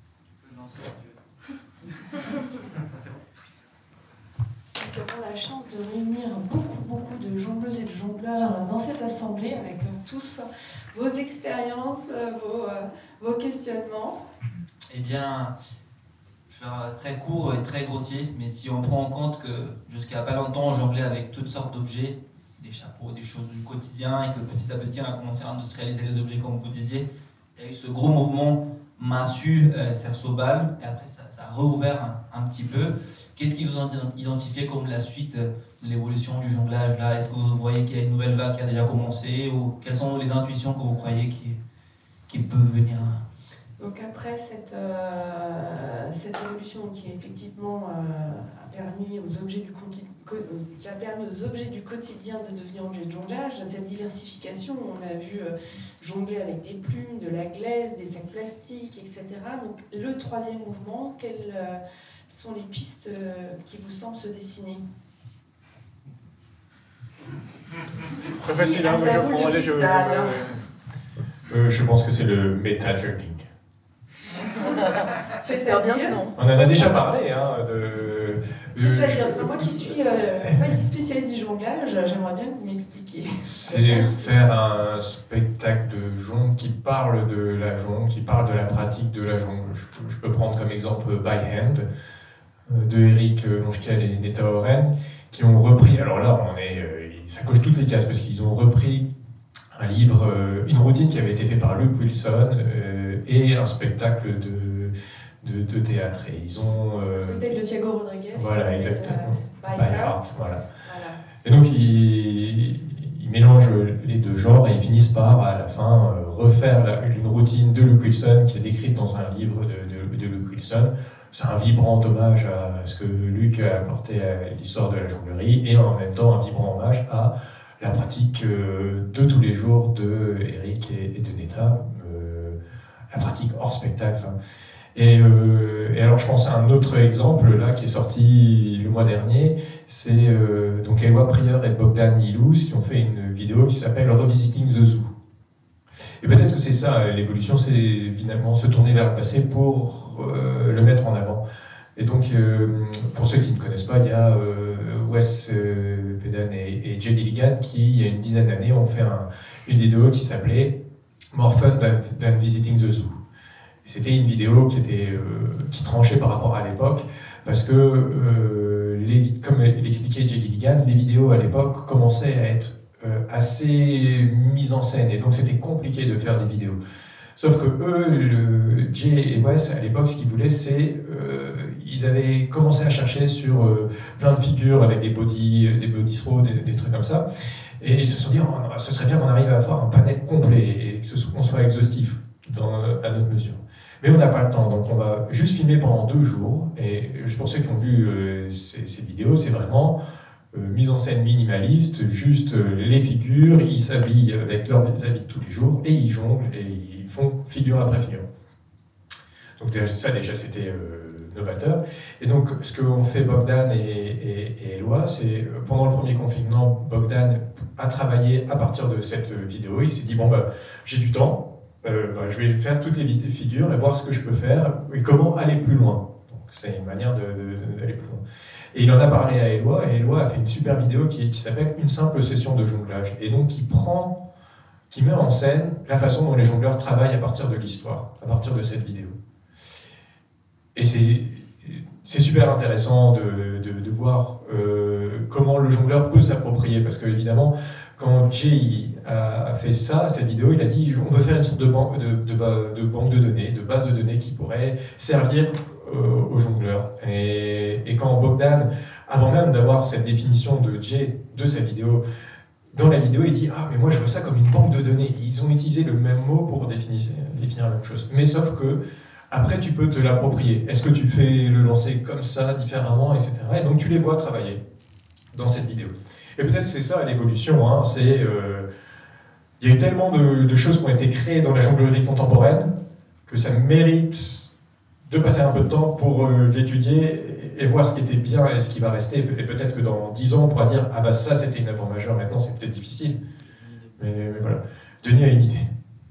Nous avons la chance de réunir beaucoup, beaucoup de jongleuses et de jongleurs dans cette assemblée avec tous vos expériences, vos, vos questionnements. Eh bien, je vais faire très court et très grossier, mais si on prend en compte que jusqu'à pas longtemps, on jonglait avec toutes sortes d'objets, des chapeaux, des choses du quotidien, et que petit à petit, on a commencé à industrialiser les objets, comme vous disiez, il y a eu ce gros mouvement massue, euh, cerceau-bal, et après ça, ça a réouvert un, un petit peu. Qu'est-ce qui vous a identifié comme la suite de l'évolution du jonglage là? Est-ce que vous voyez qu'il y a une nouvelle vague qui a déjà commencé, ou quelles sont les intuitions que vous croyez qui, qui peuvent venir? Donc après cette, euh, cette évolution qui effectivement euh, a permis aux objets du qui a permis aux objets du quotidien de devenir objets de jonglage, cette diversification, on a vu euh, jongler avec des plumes, de la glaise, des sacs plastiques, et cetera. Donc le troisième mouvement, quelles euh, sont les pistes euh, qui vous semblent se dessiner? Très facile, hein, je, prends, allez, je, euh, je pense que c'est le meta-juggling. C'est-à-dire, on en a déjà parlé. Hein, de, de, C'est-à-dire, je... moi qui suis euh, pas spécialiste du jonglage, j'aimerais bien que vous m'expliquiez. C'est faire un spectacle de jongle qui parle de la jongle, qui parle de la pratique de la jongle. Je, je peux prendre comme exemple By Hand de Eric Lonchkel et Neta Oren, qui ont repris. Alors là, on est, ça coche toutes les cases parce qu'ils ont repris un livre, une routine qui avait été faite par Luke Wilson euh, et un spectacle de, de, de théâtre. Et ils ont. Euh, spectacle de Thiago Rodriguez. Voilà, exactement. Euh, by, by Heart. Heart, voilà. voilà. Et donc ils, ils mélangent les deux genres et ils finissent par, à la fin, euh, refaire la, une routine de Luke Wilson qui est décrite dans un livre de, de, de Luke Wilson. C'est un vibrant hommage à ce que Luc a apporté à l'histoire de la jonglerie et en même temps un vibrant hommage à la pratique euh, de tous les jours de Eric et, et de Neta, euh, la pratique hors spectacle. Et, euh, et alors je pense à un autre exemple là qui est sorti le mois dernier, c'est euh, donc Eloi Prieur et Bogdan Ilous qui ont fait une vidéo qui s'appelle Revisiting the Zoo. Et peut-être que c'est ça, l'évolution, c'est finalement se tourner vers le passé pour euh, le mettre en avant. Et donc, euh, pour ceux qui ne connaissent pas, il y a euh, Wes euh, Pedan et, et Jay Dilligan qui, il y a une dizaine d'années, ont fait un, une vidéo qui s'appelait More Fun than, than Visiting the Zoo. C'était une vidéo qui, était, euh, qui tranchait par rapport à l'époque, parce que, euh, les, comme l'expliquait Jay Dilligan, les vidéos à l'époque commençaient à être euh, assez mises en scène, et donc c'était compliqué de faire des vidéos. Sauf que eux, le Jay et Wes, à l'époque, ce qu'ils voulaient, c'est... Euh, ils avaient commencé à chercher sur euh, plein de figures avec des body, des body throws, des, des trucs comme ça, et ils se sont dit, oh, ce serait bien qu'on arrive à avoir un panel complet et qu'on soit exhaustif dans, à notre mesure. Mais on n'a pas le temps, donc on va juste filmer pendant deux jours, et pour ceux qui ont vu euh, ces, ces vidéos, c'est vraiment euh, mise en scène minimaliste, juste euh, les figures, ils s'habillent avec leurs habits de tous les jours, et ils jonglent, et ils font figure après figure. Donc ça déjà c'était euh, novateur. Et donc ce qu'ont fait Bogdan et, et, et Eloi, c'est pendant le premier confinement, Bogdan a travaillé à partir de cette vidéo. Il s'est dit bon bah j'ai du temps, euh, bah, je vais faire toutes les figures et voir ce que je peux faire et comment aller plus loin. Donc c'est une manière d'aller plus loin. Et il en a parlé à Eloi, et Eloi a fait une super vidéo qui, qui s'appelle Une simple session de jonglage, et donc qui prend, qui met en scène la façon dont les jongleurs travaillent à partir de l'histoire, à partir de cette vidéo. Et c'est super intéressant de, de, de voir euh, comment le jongleur peut s'approprier, parce que évidemment, quand Jay a, a fait ça, cette vidéo, il a dit on veut faire une sorte de, ban de, de, de banque de données, de base de données qui pourrait servir euh, aux jongleurs. Et, et quand Bogdan, avant même d'avoir cette définition de Jay de sa vidéo, dans la vidéo, il dit « Ah, mais moi je vois ça comme une banque de données ». Ils ont utilisé le même mot pour définir, définir la même chose. Mais sauf que après, tu peux te l'approprier. Est-ce que tu fais le lancer comme ça, différemment, et cetera. Et donc, tu les vois travailler dans cette vidéo. Et peut-être c'est ça l'évolution, hein, c'est... Euh, il y a eu tellement de, de choses qui ont été créées dans la jonglerie contemporaine que ça mérite de passer un peu de temps pour euh, l'étudier et, et voir ce qui était bien et ce qui va rester. Et peut-être que dans dix ans, on pourra dire « Ah bah ça, c'était une œuvre majeure, maintenant c'est peut-être difficile. » mais, mais voilà. Denis a une idée.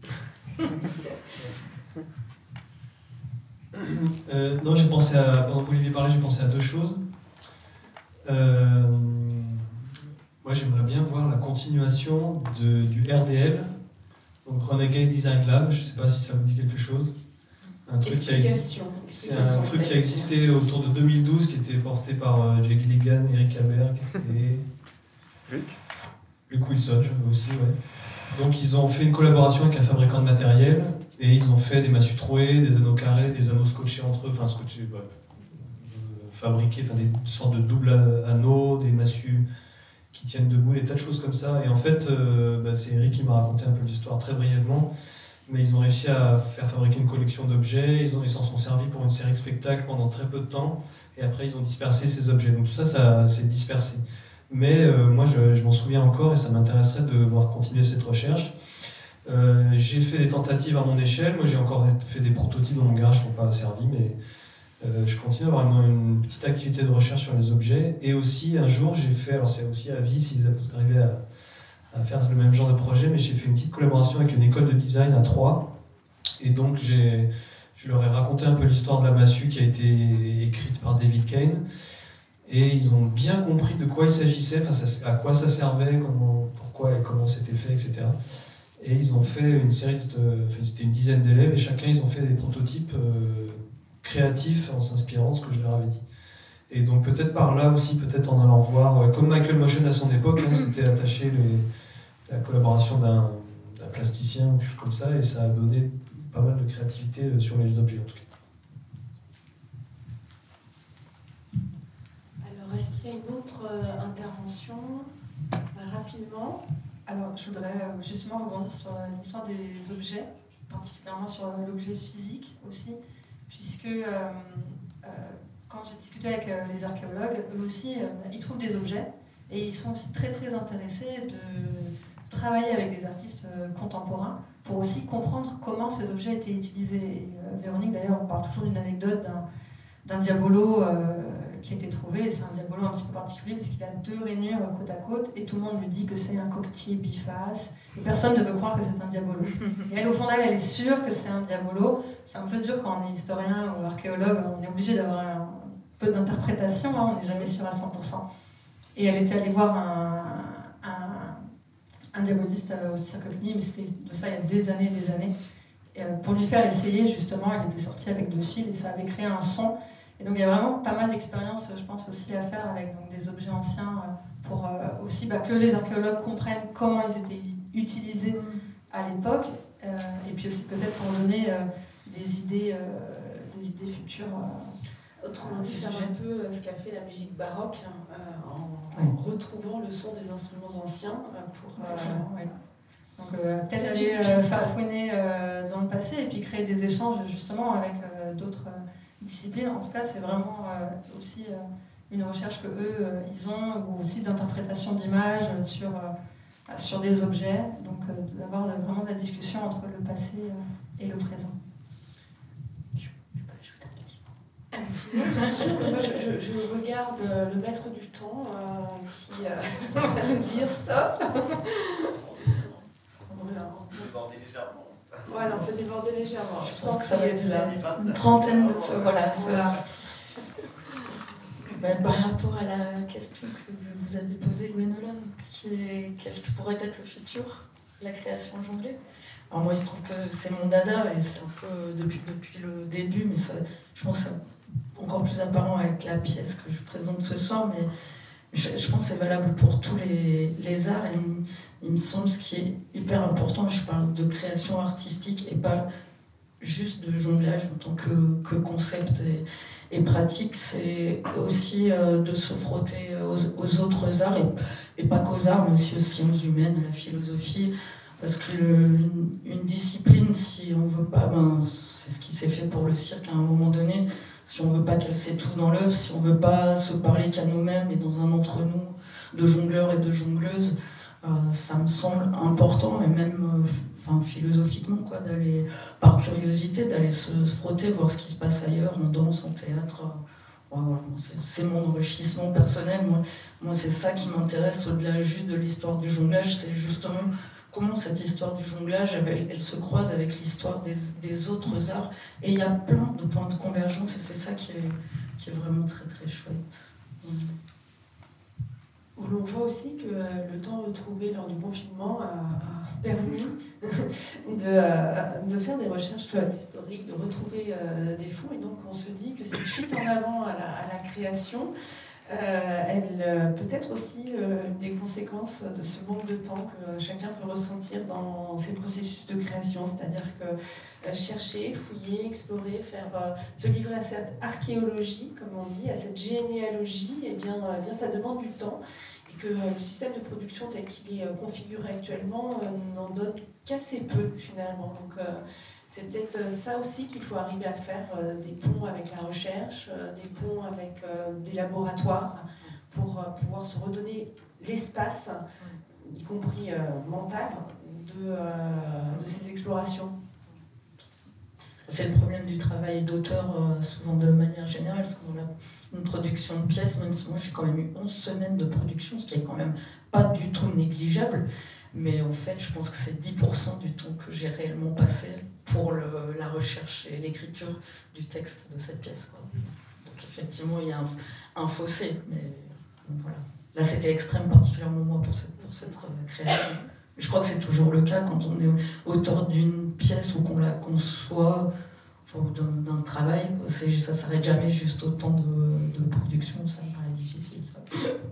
Euh, non, j'ai pensé à, pendant qu'Olivier parlait, j'ai pensé à deux choses. Euh, moi, j'aimerais bien voir la continuation de, du R D L, donc Renegade Design Lab. Je ne sais pas si ça vous dit quelque chose. Un truc qui a existé, c'est un truc qui a existé autour de deux mille douze, qui était porté par euh, Jay Gilligan, Eric Haberg et Luc. Luke Wilson, je veux aussi, ouais. Donc, ils ont fait une collaboration avec un fabricant de matériel. Et ils ont fait des massues trouées, des anneaux carrés, des anneaux scotchés entre eux, enfin scotchés, bah, euh, fabriqués, enfin des sortes de doubles anneaux, des massues qui tiennent debout, des tas de choses comme ça. Et en fait, euh, bah, c'est Eric qui m'a raconté un peu l'histoire très brièvement, mais ils ont réussi à faire fabriquer une collection d'objets, ils, ont, ils s'en sont servis pour une série de spectacles pendant très peu de temps, et après ils ont dispersé ces objets. Donc tout ça, ça s'est dispersé. Mais euh, moi, je, je m'en souviens encore, et ça m'intéresserait de voir continuer cette recherche. Euh, j'ai fait des tentatives à mon échelle, moi j'ai encore fait des prototypes dans mon garage qui n'ont pas servi, mais euh, je continue à avoir une, une petite activité de recherche sur les objets. Et aussi un jour j'ai fait, alors c'est aussi à vie si vous arrivez à, à faire le même genre de projet, mais j'ai fait une petite collaboration avec une école de design à Troyes. Et donc j'ai, je leur ai raconté un peu l'histoire de la massue qui a été écrite par David Kane. Et ils ont bien compris de quoi il s'agissait, enfin, ça, à quoi ça servait, comment, pourquoi et comment c'était fait, et cetera. Et ils ont fait une série de... Enfin, c'était une dizaine d'élèves, et chacun, ils ont fait des prototypes euh, créatifs en s'inspirant de ce que je leur avais dit. Et donc peut-être par là aussi, peut-être en allant voir, euh, comme Michael Motion à son époque, hein, c'était attaché les, la collaboration d'un, d'un plasticien, ou quelque chose comme ça, et ça a donné pas mal de créativité sur les objets en tout cas. Alors, est-ce qu'il y a une autre euh, intervention euh, rapidement? Alors, je voudrais justement rebondir sur l'histoire des objets, particulièrement sur l'objet physique aussi, puisque euh, euh, quand j'ai discuté avec euh, les archéologues, eux aussi, euh, ils trouvent des objets et ils sont aussi très très intéressés de travailler avec des artistes euh, contemporains pour aussi comprendre comment ces objets étaient utilisés. Et, euh, Véronique, d'ailleurs, on parle toujours d'une anecdote d'un, d'un diabolo euh, qui a été trouvé, et c'est un diabolo un petit peu particulier parce qu'il a deux rainures côte à côte et tout le monde lui dit que c'est un coquetier biface et personne ne veut croire que c'est un diabolo. Et elle, au fond d'elle, elle est sûre que c'est un diabolo. C'est un peu dur quand on est historien ou archéologue, on est obligé d'avoir un peu d'interprétation, hein, on n'est jamais sûr à cent pour cent. Et elle était allée voir un, un, un diaboliste au Cirque Cluny, mais c'était de ça il y a des années et des années. Et pour lui faire essayer, justement, il était sorti avec deux fils et ça avait créé un son. Et donc il y a vraiment pas mal d'expériences, je pense, aussi à faire avec donc, des objets anciens pour euh, aussi bah, que les archéologues comprennent comment ils étaient utilisés à l'époque, euh, et puis aussi peut-être pour donner euh, des idées, euh, des idées futures. Euh, Autrement dit, faire un peu ce qu'a fait la musique baroque, hein, euh, en, oui. en retrouvant le son des instruments anciens pour... Euh, oui. Donc euh, peut-être aller euh, farfouiner euh, dans le passé et puis créer des échanges justement avec euh, d'autres euh, disciplines. En tout cas, c'est vraiment euh, aussi euh, une recherche que eux euh, ils ont, ou aussi d'interprétation d'images sur, euh, sur des objets. Donc euh, d'avoir vraiment de la discussion entre le passé euh, et le présent. Je peux ajouter un petit mot. Un petit mot, bien sûr. Moi, je, je, je regarde euh, le maître du temps euh, qui euh, justement va nous dire stop. On peut déborder légèrement. Voilà, on peut déborder légèrement. Je, je pense que ça va durer une trentaine de secondes. Voilà. voilà. Ben, par rapport à la question que vous avez posée, Gwénola, qui est, quel pourrait être le futur, la création jonglée. Alors moi, il se trouve que c'est mon dada, et c'est un peu depuis, depuis le début, mais ça, je pense que c'est encore plus apparent avec la pièce que je présente ce soir, mais je, je pense que c'est valable pour tous les, les arts. Et il, il me semble ce qui est hyper important, je parle de création artistique et pas juste de jonglage en tant que, que concept et, et pratique, c'est aussi euh, de se frotter aux, aux autres arts, et, et pas qu'aux arts, mais aussi aux sciences humaines, à la philosophie, parce qu'une une discipline, si on veut pas, ben, c'est ce qui s'est fait pour le cirque à un moment donné, si on veut pas qu'elle s'étouffe dans l'œuvre, si on veut pas se parler qu'à nous-mêmes et dans un entre-nous de jongleurs et de jongleuses, euh, ça me semble important, et même enfin, philosophiquement, quoi, d'aller, par curiosité, d'aller se frotter, voir ce qui se passe ailleurs, en danse, en théâtre. Ouais, voilà. c'est, c'est mon enrichissement personnel. Moi, moi c'est ça qui m'intéresse, au-delà juste de l'histoire du jonglage, c'est justement comment cette histoire du jonglage, elle, elle se croise avec l'histoire des, des autres arts. Et il y a plein de points de convergence, et c'est ça qui est, qui est vraiment très très chouette. Mmh. Où l'on voit aussi que le temps retrouvé lors du confinement a, a permis de, de faire des recherches historiques, de retrouver euh, des fonds. Et donc on se dit que cette fuite en avant à la, à la création, Euh, elle euh, peut être aussi euh, des conséquences de ce manque de temps que chacun peut ressentir dans ces processus de création, c'est-à-dire que euh, chercher, fouiller, explorer, faire, euh, se livrer à cette archéologie, comme on dit, à cette généalogie, eh bien, euh, bien ça demande du temps, et que euh, le système de production tel qu'il est euh, configuré actuellement euh, n'en donne qu'assez peu finalement. Donc, euh, c'est peut-être ça aussi qu'il faut arriver à faire, euh, des ponts avec la recherche, euh, des ponts avec euh, des laboratoires, pour euh, pouvoir se redonner l'espace, y compris euh, mental, de, euh, de ces explorations. C'est le problème du travail d'auteur, euh, souvent de manière générale, parce qu'on a une production de pièces, même si moi j'ai quand même eu onze semaines de production, ce qui est quand même pas du tout négligeable, mais en fait je pense que c'est dix pour cent du temps que j'ai réellement passé pour le, la recherche et l'écriture du texte de cette pièce, quoi. Donc effectivement, il y a un, un fossé, mais voilà. Là, c'était extrême, particulièrement moi, pour cette, pour cette création. Je crois que c'est toujours le cas quand on est auteur d'une pièce ou qu'on la conçoit, enfin, d'un, d'un travail. C'est, ça ne s'arrête jamais juste au temps de, de production, ça me paraît difficile, ça.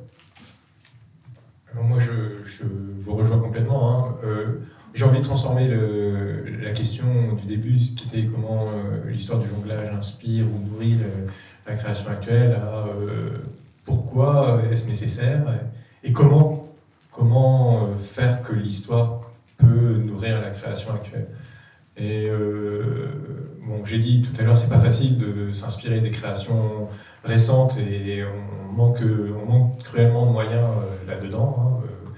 Alors moi, je, je vous rejoins complètement. Hein. Euh, J'ai envie de transformer le, la question du début, qui était comment euh, l'histoire du jonglage inspire ou nourrit le, la création actuelle, à euh, pourquoi est-ce nécessaire et, et comment, comment euh, faire que l'histoire peut nourrir la création actuelle. Et euh, bon, j'ai dit tout à l'heure, c'est pas facile de s'inspirer des créations récentes et on manque, on manque cruellement de moyens euh, là-dedans. Hein.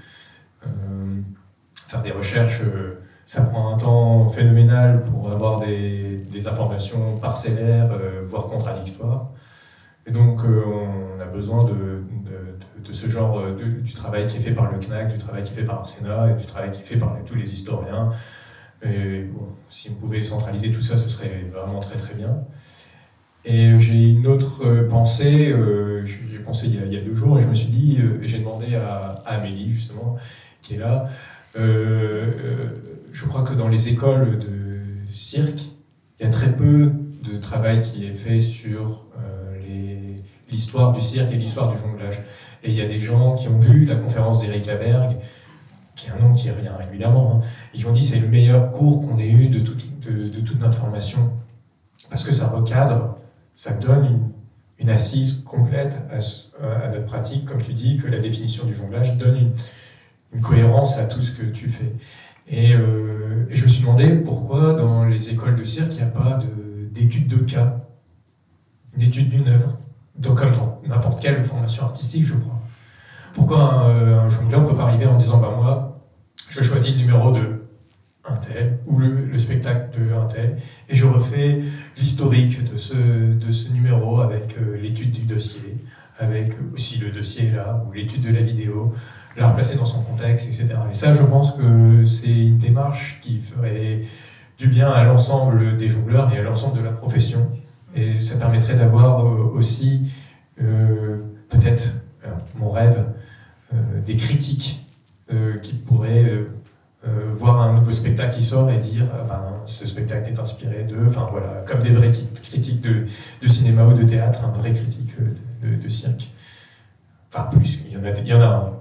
Euh, Faire des recherches, ça prend un temps phénoménal pour avoir des, des informations parcellaires, euh, voire contradictoires. Et donc, euh, on a besoin de, de, de, de ce genre, de, du travail qui est fait par le C N A C, du travail qui est fait par Arsena, et du travail qui est fait par tous les historiens. Et bon, si on pouvait centraliser tout ça, ce serait vraiment très très bien. Et j'ai une autre pensée, euh, j'y ai pensé il y, a, il y a deux jours, et je me suis dit, euh, j'ai demandé à, à Amélie, justement, qui est là, Euh, euh, je crois que dans les écoles de cirque, il y a très peu de travail qui est fait sur euh, les, l'histoire du cirque et l'histoire du jonglage. Et il y a des gens qui ont vu la conférence d'Eric Laberge, qui est un nom qui revient régulièrement, hein, et qui ont dit que c'est le meilleur cours qu'on ait eu de toute, de, de toute notre formation, parce que ça recadre, ça donne une, une assise complète à, à notre pratique, comme tu dis, que la définition du jonglage donne une une cohérence à tout ce que tu fais. Et, euh, et je me suis demandé pourquoi dans les écoles de cirque, il n'y a pas de, d'étude de cas, une étude d'une œuvre, donc comme dans n'importe quelle formation artistique, je crois. Pourquoi un, un jongleur ne peut pas arriver en disant bah, « moi, je choisis le numéro de un tel, ou le, le spectacle de un tel, et je refais l'historique de ce, de ce numéro avec euh, l'étude du dossier, avec aussi le dossier là, ou l'étude de la vidéo, la replacer dans son contexte, et cetera. Et ça, je pense que c'est une démarche qui ferait du bien à l'ensemble des jongleurs et à l'ensemble de la profession. Et ça permettrait d'avoir euh, aussi, euh, peut-être, euh, mon rêve, euh, des critiques euh, qui pourraient euh, euh, voir un nouveau spectacle qui sort et dire ah ben, ce spectacle est inspiré de... Enfin voilà, comme des vraies critiques de, de cinéma ou de théâtre, un vrai critique de, de, de cirque. Enfin, plus, il y en a, il y en a un.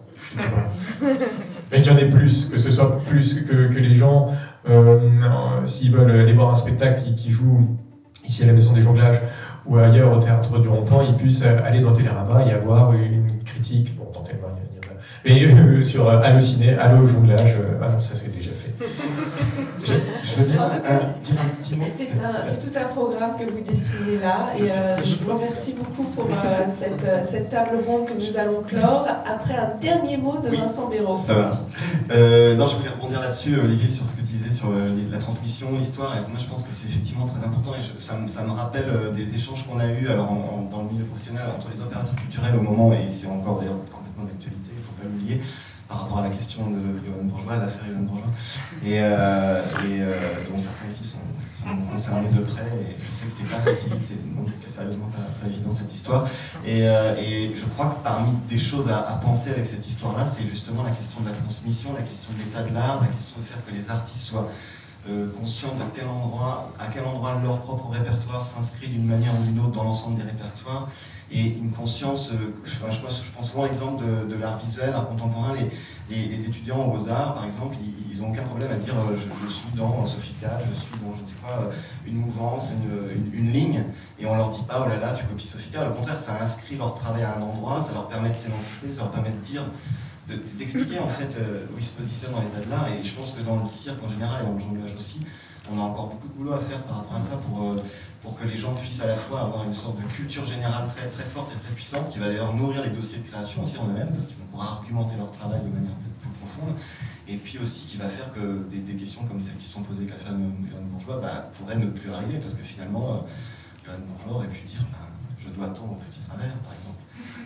Mais qu'il y en ait plus, que ce soit plus, que, que les gens, euh, s'ils veulent aller voir un spectacle qui, qui joue ici à la Maison des Jonglages ou ailleurs au Théâtre du Rond-Point, ils puissent aller dans Télérama et avoir une critique, bon dans Télérama il y en a, Et euh, sur euh, Allociné, Allo jonglage, euh, ah non, ça c'est déjà fait. Je, je veux dire, En tout cas, un, dire un petit mot. C'est un- c'est tout un programme que vous dessinez là et euh, je vous remercie beaucoup pour euh, cette, euh, cette table ronde que nous allons clore après un dernier mot de Oui, Vincent Béraud. Ça marche. Euh, non, je voulais rebondir là-dessus, Olivier, sur ce que tu disais sur euh, les- la transmission, l'histoire. Et moi, je pense que c'est effectivement très important. Et je- ça, me- ça me rappelle euh, des échanges qu'on a eus alors, en- en- dans le milieu professionnel entre les opérateurs culturels au moment, et c'est encore d'ailleurs complètement d'actualité, il ne faut pas l'oublier, par rapport à la question de Yohann Bourgeois, l'affaire Yohann Bourgeois. Et, euh, et euh, dont certains ici sont extrêmement concernés de près. Et je sais que c'est pas facile, c'est, donc c'est sérieusement pas, pas évident cette histoire. Et, euh, et je crois que parmi des choses à, à penser avec cette histoire-là, c'est justement la question de la transmission, la question de l'état de l'art, la question de faire que les artistes soient euh, conscients de quel endroit, à quel endroit leur propre répertoire s'inscrit d'une manière ou d'une autre dans l'ensemble des répertoires. Et une conscience, euh, je, enfin, je, je prends souvent l'exemple de, de l'art visuel, l'art contemporain, les, les, les étudiants aux Beaux-Arts par exemple, ils n'ont aucun problème à dire euh, je, je suis dans Sofica, je suis dans je ne sais pas, une mouvance, une, une, une ligne, et on leur dit pas oh là là tu copies Sofica, au contraire ça inscrit leur travail à un endroit, ça leur permet de s'émanciper, ça leur permet de dire, de, d'expliquer en fait euh, où ils se positionnent dans l'état de l'art, et je pense que dans le cirque en général et dans le jonglage aussi, on a encore beaucoup de boulot à faire par rapport à ça pour, euh, pour que les gens puissent à la fois avoir une sorte de culture générale très, très forte et très puissante, qui va d'ailleurs nourrir les dossiers de création aussi en eux-mêmes, parce qu'ils vont pouvoir argumenter leur travail de manière peut-être plus profonde, et puis aussi qui va faire que des, des questions comme celles qui se sont posées avec la femme Yohann Bourgeois bah, pourraient ne plus arriver, parce que finalement, euh, Yohann Bourgeois aurait pu dire bah, je dois tant au petit travers, par exemple.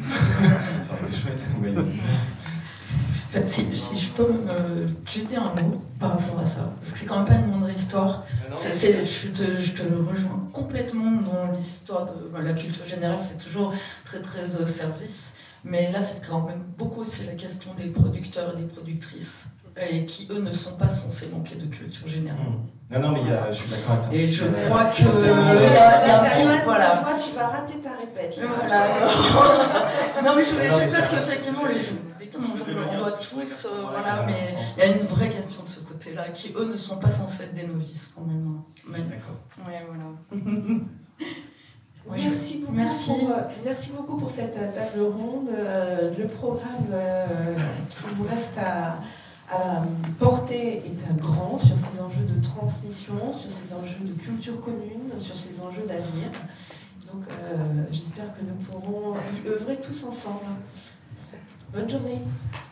Ça aurait été chouette. Ouais, Enfin, si, si je peux me juste dire un mot par rapport à ça, parce que c'est quand même pas une moindre histoire. C'est, c'est, je, te, je te rejoins complètement dans l'histoire de ben, la culture générale, c'est toujours très très au service, mais là c'est quand même beaucoup aussi la question des producteurs et des productrices, et qui eux ne sont pas censés manquer de culture générale. Mmh. Non, non, mais il y a, je suis d'accord avec toi. Et je euh, crois que il il y a, il y a un petit voilà. Vois, tu vas rater ta répète. Là. Voilà. Non mais je voulais Non, juste mais parce ça- qu'effectivement les gens, effectivement, Je on fais le lien, doit je suis tous, d'accord. euh, Ouais, voilà, dans mais le sens. il y a une vraie question de ce côté-là qui eux ne sont pas censés être des novices quand même. Mais... D'accord. Ouais, voilà. Ouais, je- Merci beaucoup, Merci. Pour, euh, merci beaucoup pour cette euh, table ronde. Euh, le programme euh, qui nous reste à, à porter est un grand sur ces enjeux de transmission, sur ces enjeux de culture commune, sur ces enjeux d'avenir. Donc euh, j'espère que nous pourrons y œuvrer tous ensemble. Bonne journée.